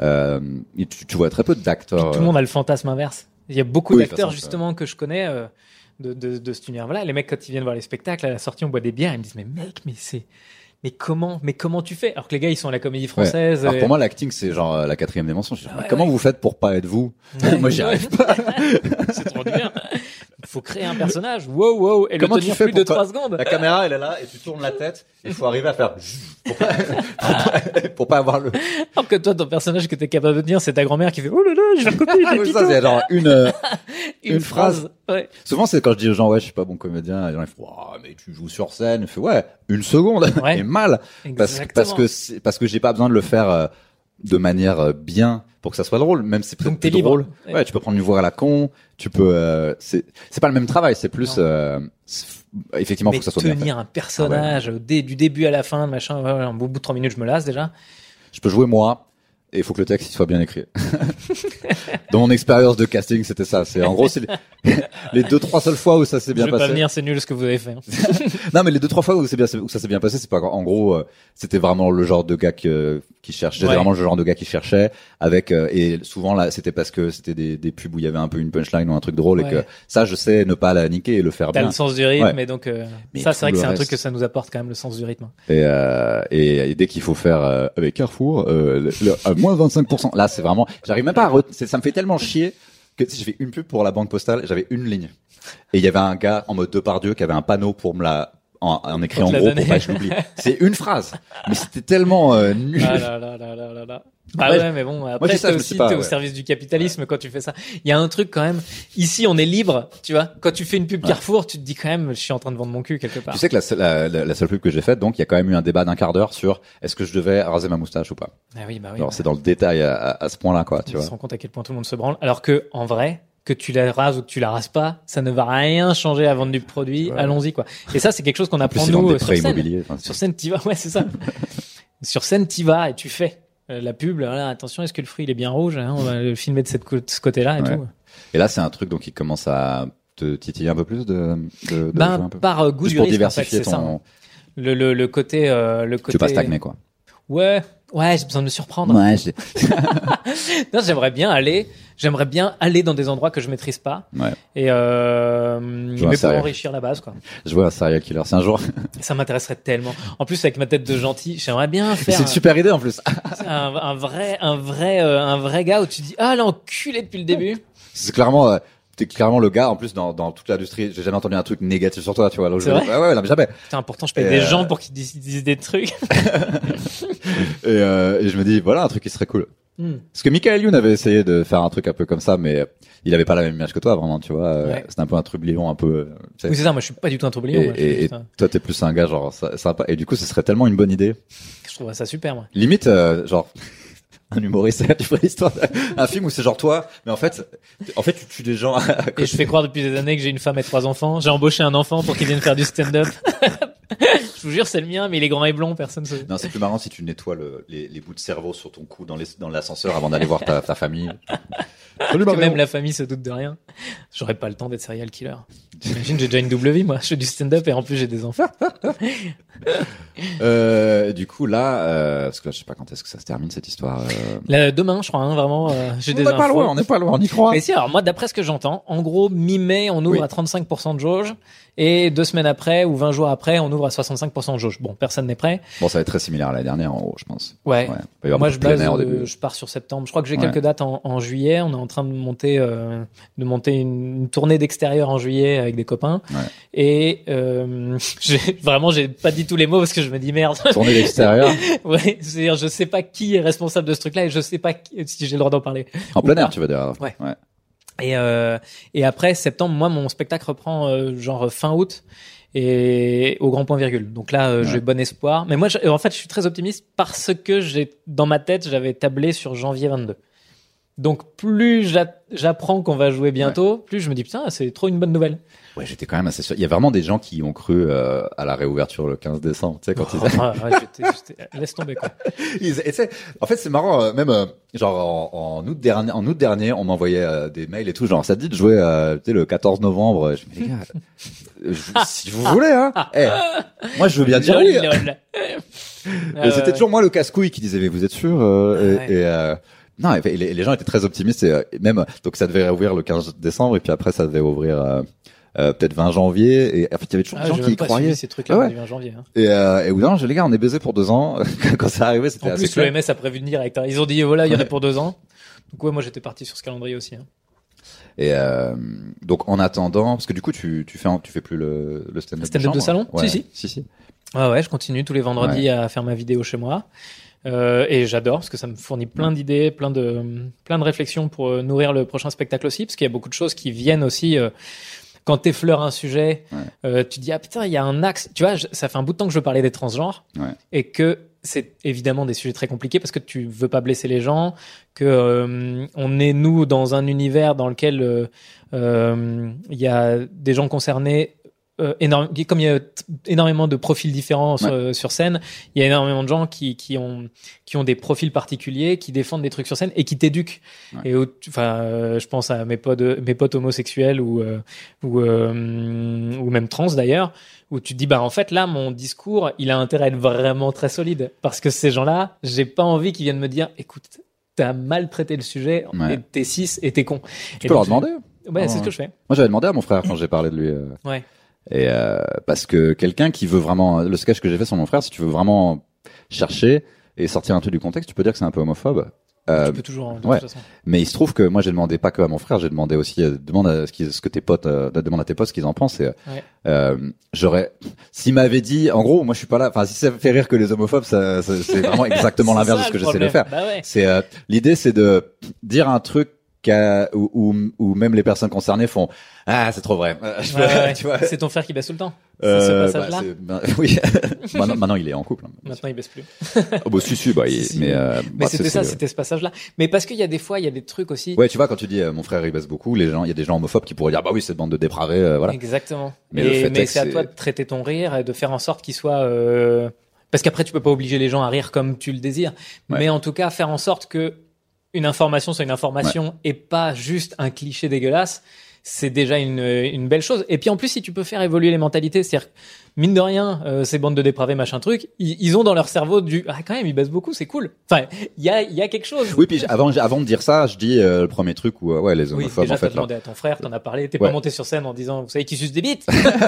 Tu vois très peu d'acteurs. Tout le monde a le fantasme inverse. Il y a beaucoup d'acteurs justement que je connais de cet univers-là. Les mecs, quand ils viennent voir les spectacles, à la sortie, on boit des bières, ils me disent, mais mec, mais comment tu fais? Alors que les gars, ils sont à la Comédie Française. Alors pour moi, l'acting, c'est genre la 4e dimension. Je dis, comment vous faites pour pas être vous? Moi, j'y arrive pas. C'est trop bien. Il faut créer un personnage. Wow. Et comment le tenir plus de 3 secondes. La caméra, elle est là, et tu tournes la tête. Il faut arriver à faire pour pas avoir le. Alors que toi, ton personnage que t'es capable de tenir, c'est ta grand-mère qui fait, oh là là, je vais recopier des pitons. Ça, c'est genre une phrase. Ouais. Souvent, c'est quand je dis aux gens, je suis pas bon comédien, les gens ils font, mais tu joues sur scène. Je fais, 1 seconde. Et mal. Parce que j'ai pas besoin de le faire, de manière bien pour que ça soit drôle, même si c'est Donc, t'es plus libre. drôle. Ouais, tu peux prendre une voix à la con, tu peux c'est pas le même travail, c'est plus effectivement Mais faut que ça soit bien fait. tenir un personnage du début à la fin, machin, au bout de 3 minutes, je me lasse déjà. Je peux jouer moi. Et il faut que le texte il soit bien écrit. Dans mon expérience de casting, c'était ça. C'est en gros, c'est les 2-3 seules fois où ça s'est bien Je vais passé. pas venir, c'est nul ce que vous avez fait. Non, mais les 2-3 fois où ça s'est bien passé, c'est pas en gros, c'était vraiment le genre de gars qui cherchait. J'étais vraiment le genre de gars qui cherchait avec et souvent là, c'était parce que c'était des pubs où il y avait un peu une punchline ou un truc drôle et que ça, je sais ne pas la niquer et le faire T'as bien. le sens du rythme, Ouais. et donc Mais ça, c'est vrai que tout c'est le un truc reste. que ça nous apporte quand même, le sens du rythme. Et dès qu'il faut faire avec Carrefour à moins 25%, là c'est vraiment, j'arrive même pas ça me fait tellement chier que tu sais, j'ai fait une pub pour la Banque Postale, j'avais une ligne et il y avait un gars en mode Depardieu qui avait un panneau pour me en écrit Pour en te la gros donner. pour pas que je l'oublie. C'est une phrase, mais c'était tellement nul. Ah là là là là là là. Bah Ouais, ouais, mais bon, après, c'est ça, je me suis pas, t'es au ouais. service du capitalisme quand tu fais ça. Il y a un truc quand même. Ici, on est libre, tu vois. Quand tu fais une pub Carrefour, tu te dis quand même, je suis en train de vendre mon cul quelque part. Tu sais que la seule pub que j'ai faite, donc il y a quand même eu un débat d'1 quart d'heure sur est-ce que je devais raser ma moustache ou pas. Ah oui, bah oui. Alors bah, c'est dans le détail à ce point-là quoi, tu on vois. se rend compte à quel point tout le monde se branle. Alors que, en vrai, que tu la rases ou que tu la rases pas, ça ne va rien changer à vendre du produit. Ouais. Allons-y, quoi. Et ça, c'est quelque chose qu'on En plus, apprend ils vendent nous des sur prêts scène. immobiliers. Enfin, Sur scène, t'y vas, ouais, c'est ça. Sur scène, t'y vas et tu fais la pub. Voilà, attention, est-ce que le fruit il est bien rouge, hein, on va le filmer de ce côté-là et Ouais. tout. Et là, c'est un truc donc qui commence à te titiller un peu plus de jouer Ben, un peu. par goût Juste du pour risque, en diversifier fait, c'est ça. ton. Le côté, Tu veux pas stagner quoi. Ouais, j'ai besoin de me surprendre. Ouais. Non, j'aimerais bien aller dans des endroits que je maîtrise pas. Ouais. Et mais pour sérieux. enrichir la base, quoi. Je vois un serial killer. C'est un jour. Ça m'intéresserait tellement. En plus, avec ma tête de gentil, j'aimerais bien C'est faire une super idée en plus. un vrai gars où tu dis l'enculé depuis le début. C'est clairement. T'es clairement le gars en plus dans toute l'industrie. J'ai jamais entendu un truc négatif sur toi, tu vois. Là où C'est je vrai ouais, non, mais jamais. Putain, pourtant je paye des gens pour qu'ils disent des trucs. Et je me dis voilà un truc qui serait cool. Hmm. Parce que Michael Youn avait essayé de faire un truc un peu comme ça, mais il avait pas la même image que toi, vraiment, tu vois. Ouais. C'était un peu un trublion, un peu. Tu sais. Oui, c'est ça. Moi, je suis pas du tout un tourbillon. Moi, je suis Et juste toi, t'es plus un gars genre sympa. Et du coup, ce serait tellement une bonne idée. je trouve ça super, moi. Limite, genre un humoriste, tu ferais l'histoire, un film où c'est genre toi, mais en fait, tu tues des gens. Et je fais croire depuis des années que j'ai une femme et 3 enfants. J'ai embauché un enfant pour qu'il vienne faire du stand-up. Je vous jure, c'est le mien, mais il est grand et blond, personne se... Non, c'est plus marrant si tu nettoies les bouts de cerveau sur ton cou dans l'ascenseur avant d'aller voir ta famille. Salut, Parce que Marion. même la famille se doute de rien. J'aurais pas le temps d'être serial killer. J'imagine, j'ai déjà une double vie, moi. Je fais du stand-up et en plus j'ai des enfants. Du coup, là, parce que là, je sais pas quand est-ce que ça se termine cette histoire. Là, demain, je crois, hein, vraiment, j'ai des On n'est pas infos. loin, on n'est pas loin, on y croit. Mais si, alors moi, d'après ce que j'entends, en gros, mi-mai, on ouvre Oui. à 35% de jauge, et 2 semaines après, ou 20 jours après, on ouvre à 65% de jauge. Bon, personne n'est prêt. Bon, ça va être très similaire à l'année dernière, en gros, je pense. Ouais. Il va y avoir Moi, beaucoup je de plein base, air au début. je pars sur septembre. Je crois que j'ai Ouais. quelques dates en juillet. On est en train de monter une tournée d'extérieur en juillet avec des copains. Ouais. Et j'ai pas dit tous les mots parce que je me dis merde. Tourner l'extérieur, Ouais, c'est-à-dire je sais pas qui est responsable de ce truc-là et je sais pas si j'ai le droit d'en parler. en plein air, tu veux dire. Ouais. Et après septembre, moi mon spectacle reprend genre fin août et au Grand Point Virgule. Donc là j'ai bon espoir. Mais moi en fait je suis très optimiste parce que dans ma tête j'avais tablé sur janvier 22. Donc plus j'apprends qu'on va jouer bientôt, plus je me dis putain c'est trop une bonne nouvelle. Ouais, j'étais quand même assez sûr. Il y a vraiment des gens qui ont cru à la réouverture le 15 décembre, tu sais, quand Laisse tomber quoi. et tu sais, en fait, c'est marrant, même genre en août dernier, on m'envoyait des mails et tout, genre ça te dit de jouer tu sais le 14 novembre. Je me dis les gars, si vous voulez hein. Moi je veux bien dire oui. Lol. Et c'était toujours moi le casse-couille qui disait mais vous êtes sûr non, et les gens étaient très optimistes et même donc ça devait ouvrir le 15 décembre et puis après ça devait ouvrir peut-être 20 janvier et en fait il y avait toujours des gens qui y croyaient. Ces trucs-là Ouais. du 20 janvier. Hein. Et non, les gars, on est baisés pour 2 ans. Quand ça arrivait, c'était En assez plus, clair. l'OMS a prévu direct. Hein. Ils ont dit voilà, il y en a pour 2 ans. Donc ouais, moi j'étais parti sur ce calendrier aussi. Hein. Et donc en attendant, parce que du coup tu fais plus le stand-up. Stand-up de salon ouais. Si. Ouais, je continue tous les vendredis à faire ma vidéo chez moi. Et j'adore parce que ça me fournit plein d'idées, plein de réflexions pour nourrir le prochain spectacle aussi, parce qu'il y a beaucoup de choses qui viennent aussi. Quand t'effleures un sujet, tu dis ah putain il y a un axe. Tu vois, ça fait un bout de temps que je veux parler des transgenres et que c'est évidemment des sujets très compliqués parce que tu veux pas blesser les gens, que on est nous dans un univers dans lequel il y a des gens concernés. Comme il y a énormément de profils différents sur scène, il y a énormément de gens qui ont des profils particuliers, qui défendent des trucs sur scène et qui t'éduquent. Et je pense à mes potes homosexuels ou même trans d'ailleurs, où tu te dis en fait là mon discours il a intérêt à être vraiment très solide parce que ces gens-là, j'ai pas envie qu'ils viennent me dire écoute t'as mal traité le sujet, et t'es cis et t'es con. Tu peux leur demander. C'est ce que je fais. Moi j'avais demandé à mon frère quand j'ai parlé de lui. Et parce que quelqu'un qui veut vraiment, le sketch que j'ai fait sur mon frère, si tu veux vraiment chercher et sortir un truc du contexte, tu peux dire que c'est un peu homophobe. Tu peux toujours, de toute façon. Mais il se trouve que moi j'ai demandé pas que à mon frère, j'ai demandé aussi, demande à tes potes ce qu'ils en pensent. Et, s'il m'avait dit, en gros, moi je suis pas là, enfin si ça fait rire que les homophobes, c'est vraiment exactement l'inverse de ce que j'essaie de faire. C'est l'idée, c'est de dire un truc où même les personnes concernées font c'est trop vrai. Tu vois. C'est ton frère qui baisse tout le temps. C'est ce passage-là. Oui. Maintenant il est en couple. Maintenant il baisse plus. Mais c'était c'était ce passage-là. Mais parce qu'il y a des fois il y a des trucs aussi. Ouais, tu vois quand tu dis mon frère il baisse beaucoup, il y a des gens homophobes qui pourraient dire bah oui cette bande de dépravés voilà. Exactement. Mais c'est à toi de traiter ton rire et de faire en sorte qu'il soit parce qu'après tu peux pas obliger les gens à rire comme tu le désires. Mais en tout cas faire en sorte que une information soit une information et pas juste un cliché dégueulasse, c'est déjà une belle chose. Et puis en plus, si tu peux faire évoluer les mentalités, c'est-à-dire mine de rien, ces bandes de dépravés machin truc, ils ont dans leur cerveau quand même ils baissent beaucoup, c'est cool. Enfin, il y a quelque chose. Oui, puis avant de dire ça, je dis le premier truc où les homophobes déjà, en fait. T'as demandé à ton frère, t'en as parlé, t'es pas monté sur scène en disant vous savez qui suce des bites.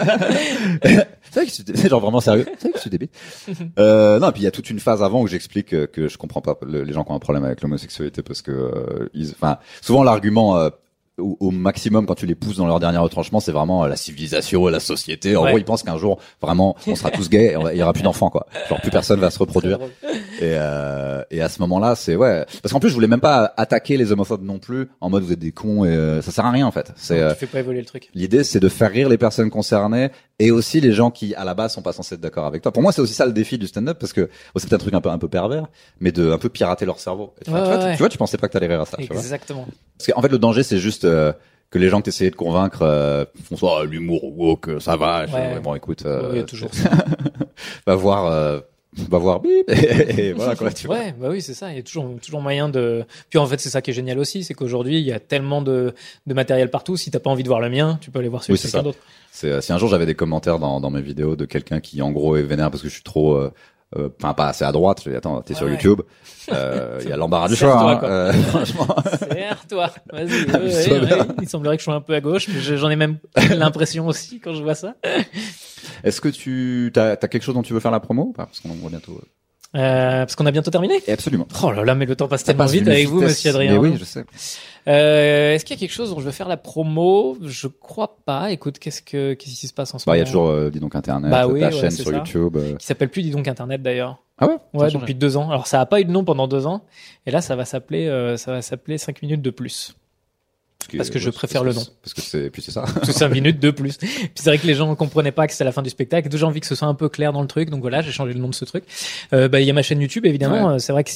C'est genre vraiment sérieux. C'est vrai que je suis débile. Non, et puis il y a toute une phase avant où j'explique que je comprends pas les gens qui ont un problème avec l'homosexualité parce que souvent l'argument au maximum quand tu les pousses dans leur dernier retranchement, c'est vraiment la civilisation et la société. En gros, ils pensent qu'un jour vraiment on sera tous gays et il y aura plus d'enfants quoi. Genre plus personne va se reproduire. Et à ce moment-là, c'est parce qu'en plus je voulais même pas attaquer les homophobes non plus en mode vous êtes des cons et ça sert à rien en fait. Tu fais pas évoluer le truc. L'idée c'est de faire rire les personnes concernées et aussi les gens qui à la base sont pas censés être d'accord avec toi. Pour moi, c'est aussi ça le défi du stand-up parce que c'est peut-être un truc un peu pervers, mais de un peu pirater leur cerveau. Tu vois, tu pensais pas que t'allais rire à ça. Exactement. Parce qu'en fait le danger c'est juste que les gens que t'essayais de convaincre font soit l'humour woke, ça va. Bon, écoute, il y a toujours ça. va voir bip et voilà quoi. Tu vois. Bah oui, c'est ça. Il y a toujours moyen de. Puis en fait, c'est ça qui est génial aussi, c'est qu'aujourd'hui il y a tellement de matériel partout. Si t'as pas envie de voir le mien, tu peux aller voir celui de quelqu'un d'autre. Si un jour j'avais des commentaires dans mes vidéos de quelqu'un qui en gros est vénère parce que je suis trop pas assez à droite. Je dis, attends, t'es sur YouTube. Il y a l'embarras du choix. Franchement. Serre-toi. Vas-y. Il semblerait que je sois un peu à gauche, mais j'en ai même l'impression aussi quand je vois ça. Est-ce que t'as quelque chose dont tu veux faire la promo ou pas? Parce qu'on en voit bientôt. Parce qu'on a bientôt terminé? Absolument. Oh là là, mais le temps passe tellement vite avec vous, monsieur Adrien. Mais oui, je sais. Est-ce qu'il y a quelque chose dont je veux faire la promo? Je crois pas. Écoute, qu'est-ce qui se passe en ce moment? Il y a toujours, dis donc Internet, ta chaîne sur YouTube. Qui s'appelle plus Dis donc Internet d'ailleurs. Ah ouais? Ouais, depuis 2 ans. Alors ça a pas eu de nom pendant 2 ans. Et là, ça va s'appeler 5 minutes de plus. Parce que je préfère le nom. Parce que c'est 5 minutes de plus. Puis c'est vrai que les gens comprenaient pas que c'était la fin du spectacle. J'ai envie que ce soit un peu clair dans le truc. Donc voilà, j'ai changé le nom de ce truc. Il y a ma chaîne YouTube, évidemment. C'est vrai que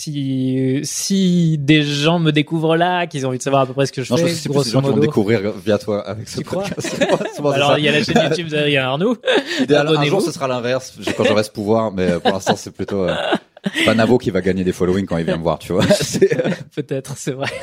si des gens me découvrent là, qu'ils ont envie de savoir à peu près ce que je fais, je sais plus, gens qui vont découvrir via toi avec ce podcast. Alors, il y a la chaîne YouTube d'Adrien Arnoux. Un jour, ce sera l'inverse. Quand j'aurai ce pouvoir, mais pour l'instant, c'est plutôt, pas Navo qui va gagner des followings quand il vient me voir, tu vois. Peut-être, c'est vrai.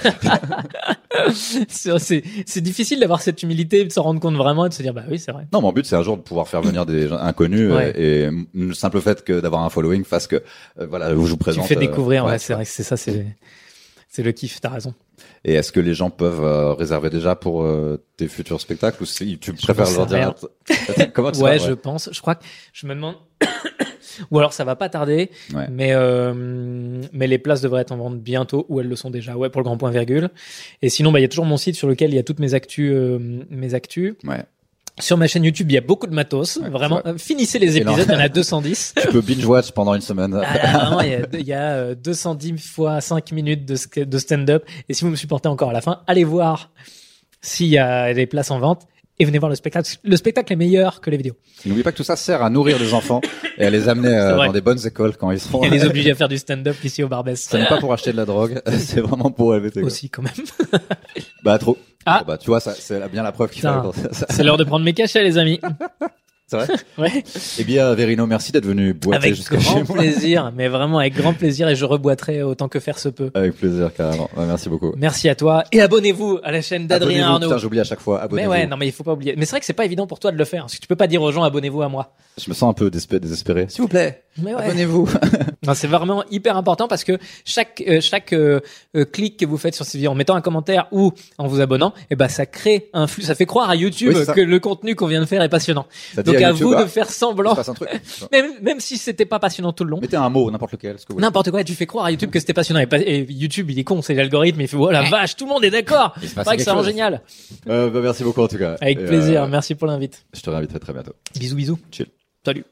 C'est difficile d'avoir cette humilité, de s'en rendre compte vraiment et de se dire, bah oui, c'est vrai. Non, mon but, c'est un jour de pouvoir faire venir des gens inconnus et le simple fait que d'avoir un following fasse que, je vous présente. Tu fais découvrir, c'est vrai que c'est ça, c'est le kiff, t'as raison. Et est-ce que les gens peuvent réserver déjà pour tes futurs spectacles ou si tu préfères leur dire comment tu sais je pense. Je crois que je me demande ou alors ça va pas tarder, mais les places devraient être en vente bientôt ou elles le sont déjà. Ouais, pour le Grand Point Virgule. Et sinon, il y a toujours mon site sur lequel il y a toutes mes actus. Ouais. Sur ma chaîne YouTube, il y a beaucoup de matos. Vraiment, finissez les épisodes, il y en a 210. Tu peux binge-watch pendant une semaine. Vraiment, il y a 210 fois 5 minutes de stand-up. Et si vous me supportez encore à la fin, allez voir s'il y a des places en vente. et venez voir le spectacle. Le spectacle est meilleur que les vidéos. N'oublie pas que tout ça sert à nourrir des enfants et à les amener dans des bonnes écoles quand ils seront. Et les obliger à faire du stand-up ici au Barbès. Ce n'est pas pour acheter de la drogue, c'est vraiment pour élever tes gosses. Aussi quand même. Bah trop. Ah. Bon, bah tu vois, ça c'est bien la preuve qu'il fallait penser à ça. C'est l'heure de prendre mes cachets, les amis. C'est vrai? Ouais. Eh bien, Verino, merci d'être venu boiter Avec jusqu'à chez grand moi. plaisir, mais vraiment avec grand plaisir, et je reboiterai autant que faire se peut. Avec plaisir, carrément. Bah, merci beaucoup. Merci à toi, et abonnez-vous à la chaîne d'Adrien Abonnez-vous. Arnaud. Putain, j'oublie à chaque fois. Mais Abonnez-vous. ouais, non mais il faut pas oublier. Mais c'est vrai que c'est pas évident pour toi de le faire, parce que tu peux pas dire aux gens abonnez-vous à moi. Je me sens un peu désespéré. S'il vous plaît. Mais ouais. Abonnez-vous. Non, c'est vraiment hyper important parce que chaque clic que vous faites sur cette vidéo en mettant un commentaire ou en vous abonnant, eh ben ça crée un flux, ça fait croire à YouTube Oui, c'est ça. que le contenu qu'on vient de faire est passionnant. Ça dit Donc à YouTube, vous ah, de faire il semblant, se passe un truc. même si c'était pas passionnant tout le long. Mettez un mot, n'importe lequel. Ce que vous voulez. N'importe quoi, tu fais croire à YouTube que c'était passionnant. Et YouTube, il est con, c'est l'algorithme, il fait, oh la vache, tout le monde est d'accord. Il se C'est passe vrai que quelque ça rend chose. génial. Bah, merci beaucoup en tout cas. Avec Et, plaisir, merci pour l'invite. Je te réinviterai très bientôt. Bisous, bisous. Chill. Salut.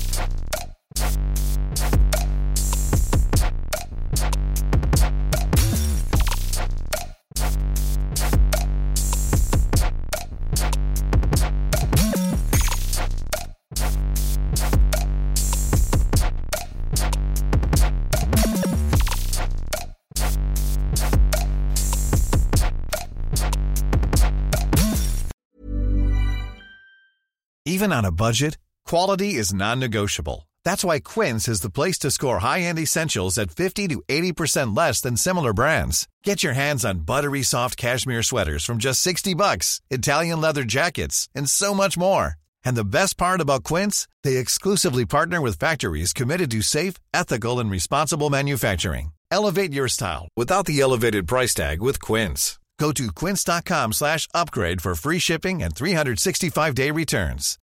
Even on a budget, quality is non-negotiable. That's why Quince is the place to score high-end essentials at 50 to 80% less than similar brands. Get your hands on buttery soft cashmere sweaters from just $60, Italian leather jackets, and so much more. And the best part about Quince, they exclusively partner with factories committed to safe, ethical, and responsible manufacturing. Elevate your style without the elevated price tag with Quince. Go to quince.com/upgrade for free shipping and 365-day returns.